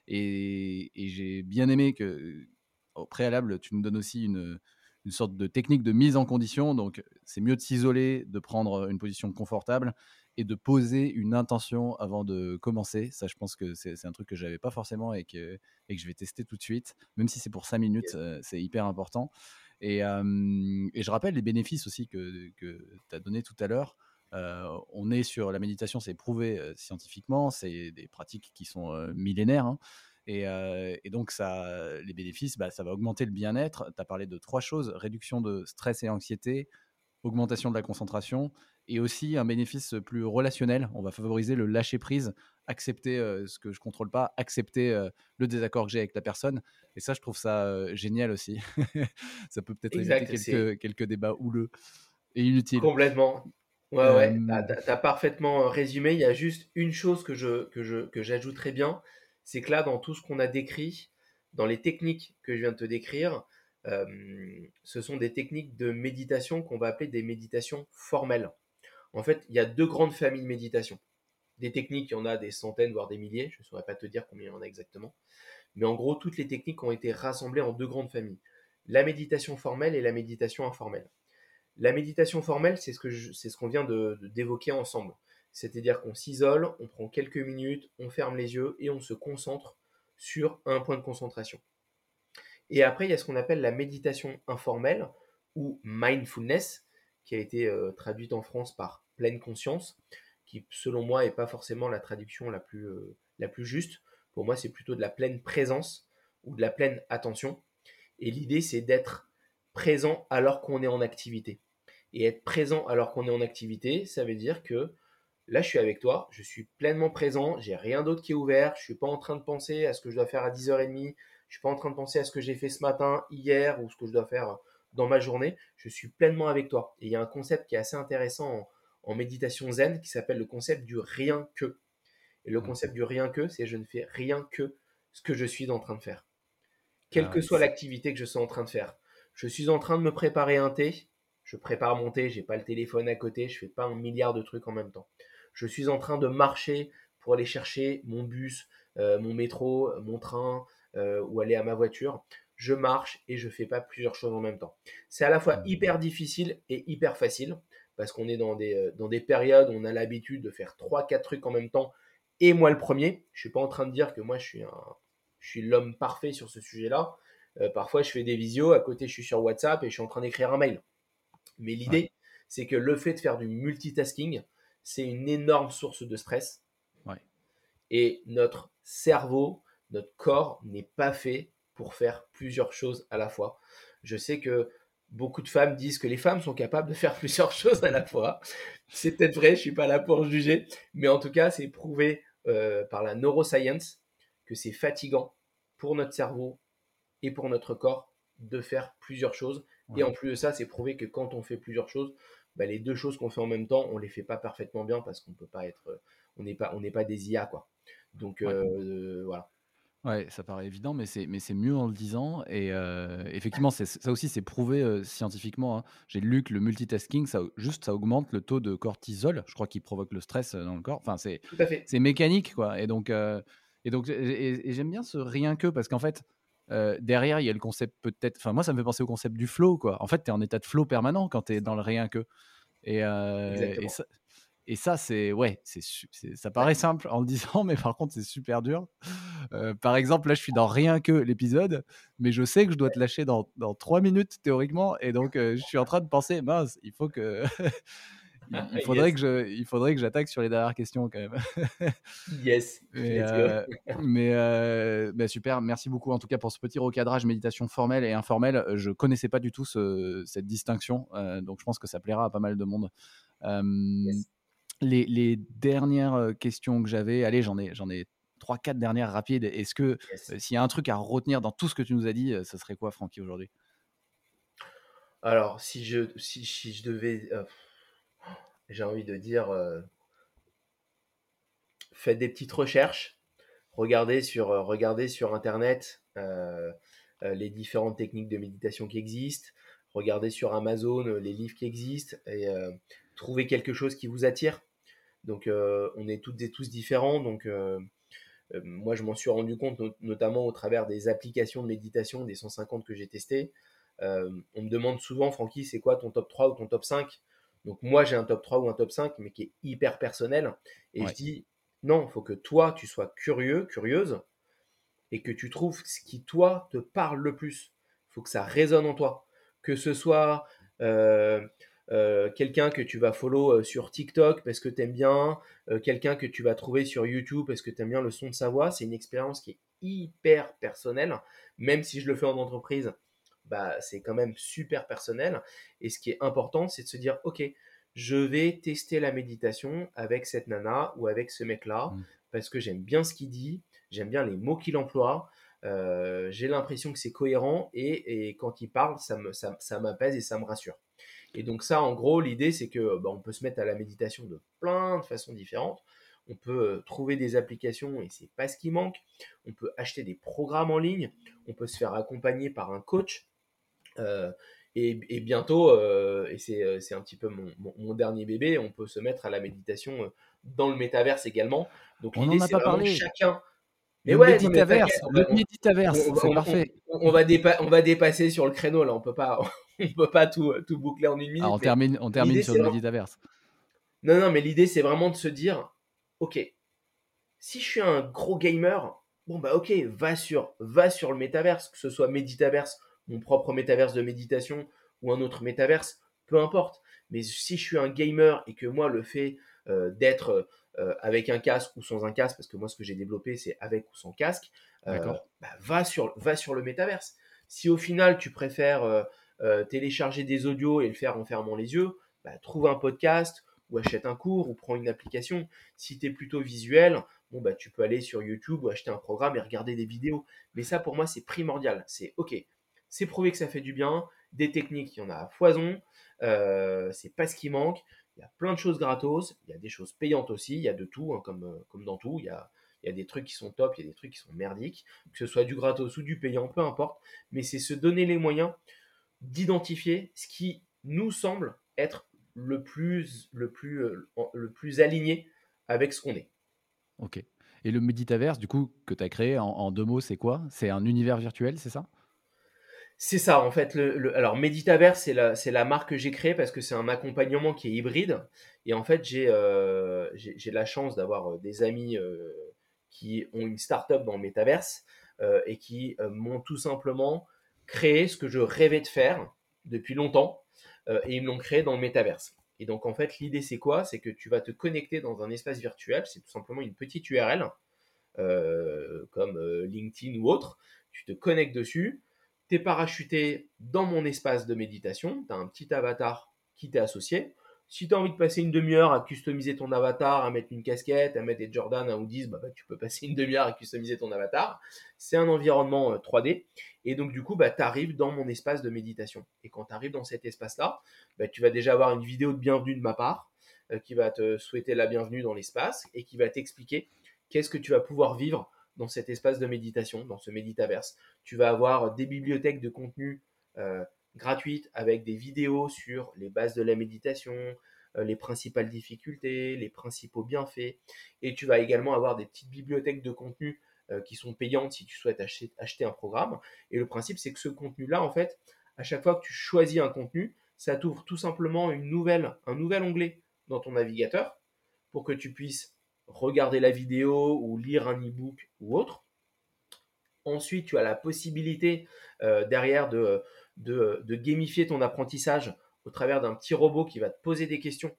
et et j'ai bien aimé que, au préalable, tu me donnes aussi une, une sorte de technique de mise en condition. Donc c'est mieux de s'isoler, de prendre une position confortable et de poser une intention avant de commencer. Ça, je pense que c'est c'est un truc que j'avais pas forcément et que, et que je vais tester tout de suite, même si c'est pour cinq minutes, Yes. euh, c'est hyper important. Et, euh, et je rappelle les bénéfices aussi que, que tu as donné tout à l'heure. Euh, on est sur la méditation, c'est prouvé euh, scientifiquement, c'est des pratiques qui sont euh, millénaires, hein. Et, euh, et donc, ça, les bénéfices, bah, ça va augmenter le bien-être. Tu as parlé de trois choses: réduction de stress et anxiété, augmentation de la concentration et aussi un bénéfice plus relationnel. On va favoriser le lâcher-prise, accepter euh, ce que je contrôle pas, accepter euh, le désaccord que j'ai avec la personne. Et ça, je trouve ça euh, génial aussi. Ça peut peut-être éviter Exact, c'est quelques, quelques débats houleux et inutiles. complètement. Ouais, Euh, ouais, t'as, t'as- t'as parfaitement résumé. Il y a juste une chose que je, que je, que j'ajouterais bien, c'est que là, dans tout ce qu'on a décrit, dans les techniques que je viens de te décrire, euh, ce sont des techniques de méditation qu'on va appeler des méditations formelles. En fait, il y a deux grandes familles de méditation. Des techniques, il y en a des centaines, voire des milliers. Je ne saurais pas te dire combien il y en a exactement. Mais en gros, toutes les techniques ont été rassemblées en deux grandes familles. La méditation formelle et la méditation informelle. La méditation formelle, c'est ce que je- c'est ce qu'on vient de, de- d'évoquer ensemble. C'est-à-dire qu'on s'isole, on prend quelques minutes, on ferme les yeux et on se concentre sur un point de concentration. Et après, il y a ce qu'on appelle la méditation informelle ou mindfulness, qui a été euh, traduite en France par pleine conscience, qui selon moi n'est pas forcément la traduction la plus, euh, la plus juste. Pour moi, c'est plutôt de la pleine présence ou de la pleine attention. Et l'idée, c'est d'être présent alors qu'on est en activité. Et être présent alors qu'on est en activité, ça veut dire que là, je suis avec toi, je suis pleinement présent, j'ai rien d'autre qui est ouvert, je suis pas en train de penser à ce que je dois faire à dix heures trente, je suis pas en train de penser à ce que j'ai fait ce matin, hier, ou ce que je dois faire dans ma journée, je suis pleinement avec toi. Et il y a un concept qui est assez intéressant en, en méditation zen qui s'appelle le concept du rien que. Et le hmm. concept du rien que, c'est je ne fais rien que ce que je suis en train de faire. Quelle Ah que ouais, soit c'est- l'activité que je suis en train de faire. Je suis en train de me préparer un thé, je prépare mon thé, j'ai pas le téléphone à côté, je fais pas un milliard de trucs en même temps. Je suis en train de marcher pour aller chercher mon bus, euh, mon métro, mon train euh, ou aller à ma voiture. Je marche et je fais pas plusieurs choses en même temps. C'est à la fois hmm. hyper difficile et hyper facile parce qu'on est dans des, euh, dans des périodes où on a l'habitude de faire trois quatre trucs en même temps. Et moi le premier, je suis pas en train de dire que moi je suis un, je suis l'homme parfait sur ce sujet-là. Euh, parfois, je fais des visios, à côté, je suis sur WhatsApp et je suis en train d'écrire un mail. Mais Ouais, l'idée, c'est que le fait de faire du multitasking, c'est une énorme source de stress. ouais. Et notre cerveau, notre corps n'est pas fait pour faire plusieurs choses à la fois. Je sais que beaucoup de femmes disent que les femmes sont capables de faire plusieurs choses à la fois. C'est peut-être vrai, je ne suis pas là pour juger. Mais en tout cas, c'est prouvé euh, par la neuroscience que c'est fatigant pour notre cerveau et pour notre corps de faire plusieurs choses. Et Ouais. en plus de ça, c'est prouvé que quand on fait plusieurs choses, bah, les deux choses qu'on fait en même temps, on les fait pas parfaitement bien parce qu'on peut pas être, on n'est pas, on n'est pas des I A, quoi. Donc Ouais. euh, voilà. Ouais, ça paraît évident, mais c'est mais c'est mieux en le disant et heu, effectivement, c'est ça aussi, c'est prouvé, heu, scientifiquement, hein. J'ai lu que le multitasking, ça juste, ça augmente le taux de cortisol, je crois qu'il provoque le stress, heu, dans le corps. Enfin, c'est Tout à fait. c'est mécanique, quoi et donc heu et donc et et et j'aime bien ce «rien que» parce qu'en fait, heu, derrière, il y a le concept peut-être enfin, moi, ça me fait penser au concept du flow, quoi. En fait, tu es en état de flow permanent quand tu es dans le «rien que» et heu et Exactement. ça et ça, c'est ouais, c'est su c'est ça Ouais. paraît simple en le disant, mais par contre, c'est super dur. Heu, par exemple, là, je suis dans rien que l'épisode, mais je sais que je dois te lâcher dans dans trois minutes théoriquement et donc heu, je suis en train de penser: «Mince, il faut que il il faudrait Yes. que je il faudrait que j'attaque sur les dernières questions quand même». Yes. Mais Let's go. heu mais heu, bah, super, merci beaucoup en tout cas pour ce petit recadrage méditation formelle et informelle. Heu, je connaissais pas du tout ce cette distinction, heu, donc je pense que ça plaira à pas mal de monde. Hem Yes. les les dernières, heu, questions que j'avais, allez, j'en ai j'en ai trois quatre dernières rapides. Est-ce que, Yes. heu, s'il y a un truc à retenir dans tout ce que tu nous as dit, heu, ce serait quoi, Francky, aujourd'hui? Alors, si je, si, si je devais, euh, j'ai envie de dire, euh, faites des petites recherches, regardez sur, euh, regardez sur Internet euh, euh, les différentes techniques de méditation qui existent, regardez sur Amazon euh, les livres qui existent et euh, trouvez quelque chose qui vous attire. Donc, euh, on est toutes et tous différents. Donc, euh, euh, moi, je m'en suis rendu compte, not- notamment au travers des applications de méditation, des cent cinquante que j'ai testées. Euh, on me demande souvent, Francky, c'est quoi ton top trois ou ton top cinq? Donc, moi, j'ai un top trois ou un top cinq, mais qui est hyper personnel. Et je Ouais. dis, non, il faut que toi, tu sois curieux, curieuse, et que tu trouves ce qui, toi, te parle le plus. Il faut que ça résonne en toi. Que ce soit euh, euh, quelqu'un que tu vas follow euh, sur TikTok parce que tu aimes bien, euh, quelqu'un que tu vas trouver sur YouTube parce que tu aimes bien le son de sa voix. C'est une expérience qui est hyper personnelle. Même si je le fais en entreprise, bah, c'est quand même super personnel. Et ce qui est important, c'est de se dire, OK, je vais tester la méditation avec cette nana ou avec ce mec-là Mmh. parce que j'aime bien ce qu'il dit, j'aime bien les mots qu'il emploie, euh, j'ai l'impression que c'est cohérent et, et quand il parle, ça, me, ça, ça m'apaise et ça me rassure. Et donc ça, en gros, l'idée, c'est que bah, on peut se mettre à la méditation de plein de façons différentes. On peut euh, trouver des applications et c'est pas ce qui manque. On peut acheter des programmes en ligne. On peut se faire accompagner par un coach. Euh, et, et bientôt, euh, et c'est, euh, c'est un petit peu mon, mon- mon dernier bébé, on peut se mettre à la méditation euh, dans le métaverse également. Donc On l'idée, n'en a c'est pas vraiment que parlé! chacun. Mais Le ouais, non mais t'inquiète, méditaverse, on le va, on, méditaverse, on- c'est on- on- parfait! on va dépa- on va dépasser sur le créneau là. On peut pas, on peut pas tout, tout boucler en une Ah, minute. on Mais termine on termine l'idée, sur c'est le vraiment. méditaverse. Non, non, mais l'idée, c'est vraiment de se dire, ok, si je suis un gros gamer, bon bah ok, va sur, va sur le métaverse, que ce soit Meditaverse, mon propre métaverse de méditation ou un autre métaverse, peu importe. Mais si je suis un gamer et que moi le fait euh, d'être euh, avec un casque ou sans un casque, parce que moi ce que j'ai développé c'est avec ou sans casque, euh, D'accord. bah, va sur, va sur le métaverse. Si au final tu préfères euh, euh, télécharger des audios et le faire en fermant les yeux, bah, trouve un podcast ou achète un cours ou prends une application. Si tu es plutôt visuel, bon, bah, tu peux aller sur YouTube ou acheter un programme et regarder des vidéos. Mais ça, pour moi, c'est primordial. C'est OK, c'est prouvé que ça fait du bien. Des techniques, il y en a à foison. Euh, c'est pas ce qui manque. Il y a plein de choses gratos. Il y a des choses payantes aussi. Il y a de tout, hein, comme, euh, comme dans tout. Il y a, il y a des trucs qui sont top, il y a des trucs qui sont merdiques. Que ce soit du gratos ou du payant, peu importe. Mais c'est se donner les moyens d'identifier ce qui nous semble être le plus, le plus, euh, le plus aligné avec ce qu'on est. OK et le méditaverse, du coup, que tu as créé en en deux mots, c'est quoi? C'est un univers virtuel, c'est ça? C'est ça, en fait. Le, le- alors, Meditaverse, c'est la, c'est la marque que j'ai créée parce que c'est un accompagnement qui est hybride. Et en fait, j'ai euh, j'ai, j'ai la chance d'avoir euh, des amis euh, qui ont une start-up dans le métaverse euh, et qui euh, m'ont tout simplement créé ce que je rêvais de faire depuis longtemps. Euh, et ils me l'ont créé dans le métaverse. Et donc, en fait, l'idée, c'est quoi? C'est que tu vas te connecter dans un espace virtuel. C'est tout simplement une petite U R L euh, comme euh, LinkedIn ou autre. Tu te connectes dessus, tu es parachuté dans mon espace de méditation, tu as un petit avatar qui t'est associé. Si tu as envie de passer une demi-heure à customiser ton avatar, à mettre une casquette, à mettre des Jordan, un hoodies, bah, bah, tu peux passer une demi-heure à customiser ton avatar. C'est un environnement euh, trois D. Et donc, du coup, bah, tu arrives dans mon espace de méditation. Et quand tu arrives dans cet espace-là, bah, tu vas déjà avoir une vidéo de bienvenue de ma part euh, qui va te souhaiter la bienvenue dans l'espace et qui va t'expliquer qu'est-ce que tu vas pouvoir vivre dans cet espace de méditation, dans ce Méditaverse. Tu vas avoir des bibliothèques de contenu euh, gratuites avec des vidéos sur les bases de la méditation, euh, les principales difficultés, les principaux bienfaits. Et tu vas également avoir des petites bibliothèques de contenu euh, qui sont payantes si tu souhaites acheter, acheter un programme. Et le principe, c'est que ce contenu-là, en fait, à chaque fois que tu choisis un contenu, ça t'ouvre tout simplement une nouvelle, un nouvel onglet dans ton navigateur pour que tu puisses regarder la vidéo ou lire un e-book ou autre. Ensuite, tu as la possibilité euh, derrière de, de, de gamifier ton apprentissage au travers d'un petit robot qui va te poser des questions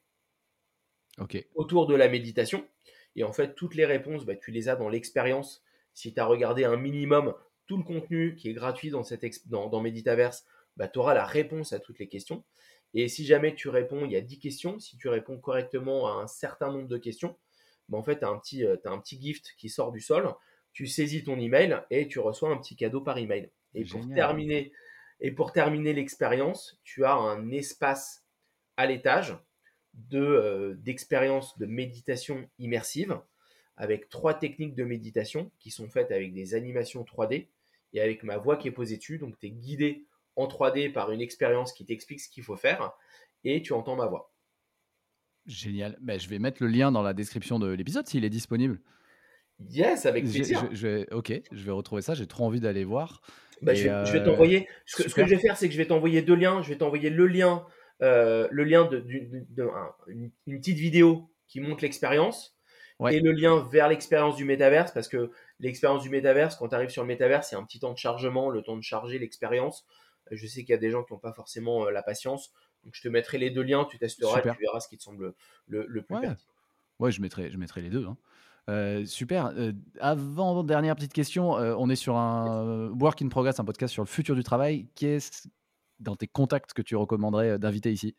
Ok. autour de la méditation. Et en fait, toutes les réponses, bah, tu les as dans l'expérience. Si tu as regardé un minimum tout le contenu qui est gratuit dans, cette ex- dans, dans Méditaverse, bah, tu auras la réponse à toutes les questions. Et si jamais tu réponds, il y a dix questions. Si tu réponds correctement à un certain nombre de questions, bah, en fait, tu as un petit, euh, t'as un petit gift qui sort du sol. Tu saisis ton email et tu reçois un petit cadeau par email. Et pour Génial. terminer, et pour terminer l'expérience, tu as un espace à l'étage de, euh, d'expérience de méditation immersive avec trois techniques de méditation qui sont faites avec des animations trois D et avec ma voix qui est posée dessus. Donc, tu es guidé en trois D par une expérience qui t'explique ce qu'il faut faire et tu entends ma voix. Génial. Bah, je vais mettre le lien dans la description de l'épisode s'il est disponible. Yes, avec J'ai- Je, plaisir. je vais- ok, je vais retrouver ça. J'ai trop envie d'aller voir. Bah, je Et vais, je vais euh, t'envoyer. Ce que, ce que je super. vais faire, c'est que je vais t'envoyer deux liens. Je vais t'envoyer le lien, euh, le lien de, d'une- de- de- un- une, une petite vidéo qui montre l'expérience Ouais, et le lien vers l'expérience du métaverse parce que l'expérience du métaverse, quand tu arrives sur le métaverse, il y a un petit temps de chargement, le temps de charger l'expérience. Euh, Je sais qu'il y a des gens qui n'ont pas forcément euh, la patience. Donc, je te mettrai les deux liens, tu testeras et tu super. verras ce qui te semble le, le plus Ouais, pertinent. ouais, je mettrai, je mettrai les deux, hein. Euh, super. Euh, avant dernière petite question, euh, on est sur un work in progress, un podcast sur le futur du travail. Qu'est-ce dans tes contacts que tu recommanderais euh, d'inviter ici?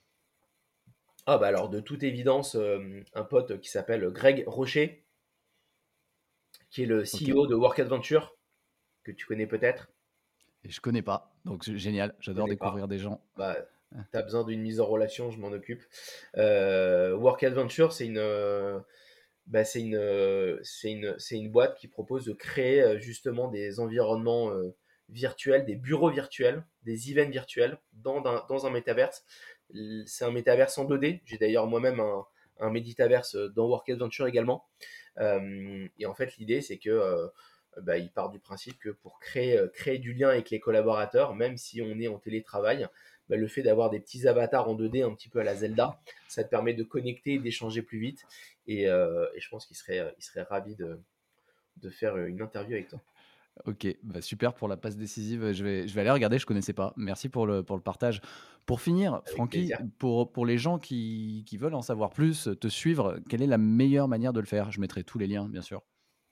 Ah, bah alors, de toute évidence, euh, un pote qui s'appelle Greg Rocher, qui est le Ok. C E O de Work Adventure, que tu connais peut-être. Et je connais pas, donc c'est génial. Je J'adore connais pas. découvrir des gens. Bah, Ah, tu as besoin d'une mise en relation, je m'en occupe. Euh, Work Adventure, c'est une, euh, bah, c'est une, euh, c'est une, c'est une boîte qui propose de créer euh, justement des environnements euh, virtuels, des bureaux virtuels, des events virtuels dans, un- dans un métaverse. L- C'est un métaverse en deux D. J'ai d'ailleurs moi-même un, un méditaverse dans Work Adventure également. Euh, et en fait, l'idée, c'est que euh, bah, il part du principe que pour créer, euh, créer du lien avec les collaborateurs, même si on est en télétravail, bah, le fait d'avoir des petits avatars en deux D un petit peu à la Zelda, ça te permet de connecter, d'échanger plus vite. Et, euh, et je pense qu'il serait, euh, il serait ravi de, de faire une interview avec toi. ok, bah super pour la passe décisive. Je vais, je vais aller regarder, je connaissais pas. Merci pour le, pour le partage. Pour finir, Avec Francky, plaisir. pour, pour les gens qui, qui veulent en savoir plus, te suivre, quelle est la meilleure manière de le faire? Je mettrai tous les liens, bien sûr.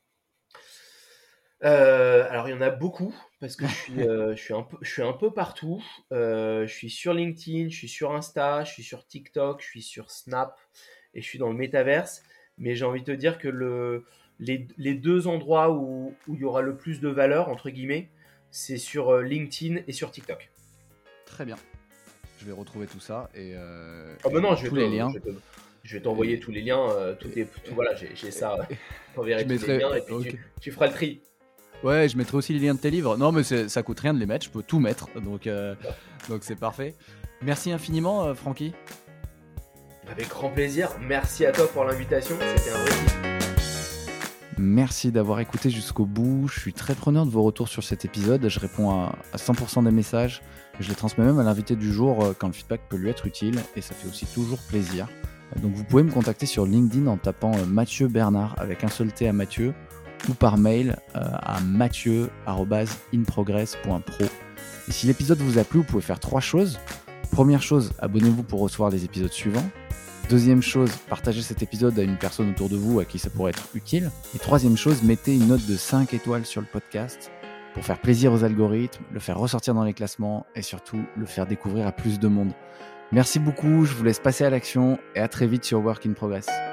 Euh, alors il y en a beaucoup parce que je suis, euh, je suis un peu, je suis un peu partout. Euh, je suis sur LinkedIn, je suis sur Insta, je suis sur TikTok, je suis sur Snap et je suis dans le métaverse. Mais j'ai envie de te dire que le, les, les deux endroits où, où il y aura le plus de valeur, entre guillemets, c'est sur euh, LinkedIn et sur TikTok. Très bien. Je vais retrouver tout ça et, euh, Ah et ben je vais non, mettre je vais tous les te, liens. je vais te- je vais t'envoyer Et, tous les liens. euh, tout et- est, tout- voilà, j'ai j'ai ça. euh, et- Je t'enverrai je tous les mettrai. liens et puis Ok. tu, tu feras le tri. Ouais, je mettrai aussi les liens de tes livres. Non, mais c'est- ça coûte rien de les mettre. Je peux tout mettre. Donc, euh, donc c'est parfait. Merci infiniment, euh, Francky. Avec grand plaisir. Merci à toi pour l'invitation. C'était un vrai kiff. Merci d'avoir écouté jusqu'au bout. Je suis très preneur de vos retours sur cet épisode. Je réponds à, à cent pour cent des messages. Je les transmets même à l'invité du jour euh, quand le feedback peut lui être utile. Et ça fait aussi toujours plaisir. Donc vous pouvez me contacter sur LinkedIn en tapant euh, Mathieu Bernard avec un seul T à Mathieu ou par mail euh, à mathieu arobase inprogress point pro. Et si l'épisode vous a plu, vous pouvez faire trois choses. Première chose, abonnez-vous pour recevoir les épisodes suivants. Deuxième chose, partagez cet épisode à une personne autour de vous à qui ça pourrait être utile. Et troisième chose, mettez une note de cinq étoiles sur le podcast pour faire plaisir aux algorithmes, le faire ressortir dans les classements et surtout le faire découvrir à plus de monde. Merci beaucoup, je vous laisse passer à l'action et à très vite sur Work in Progress.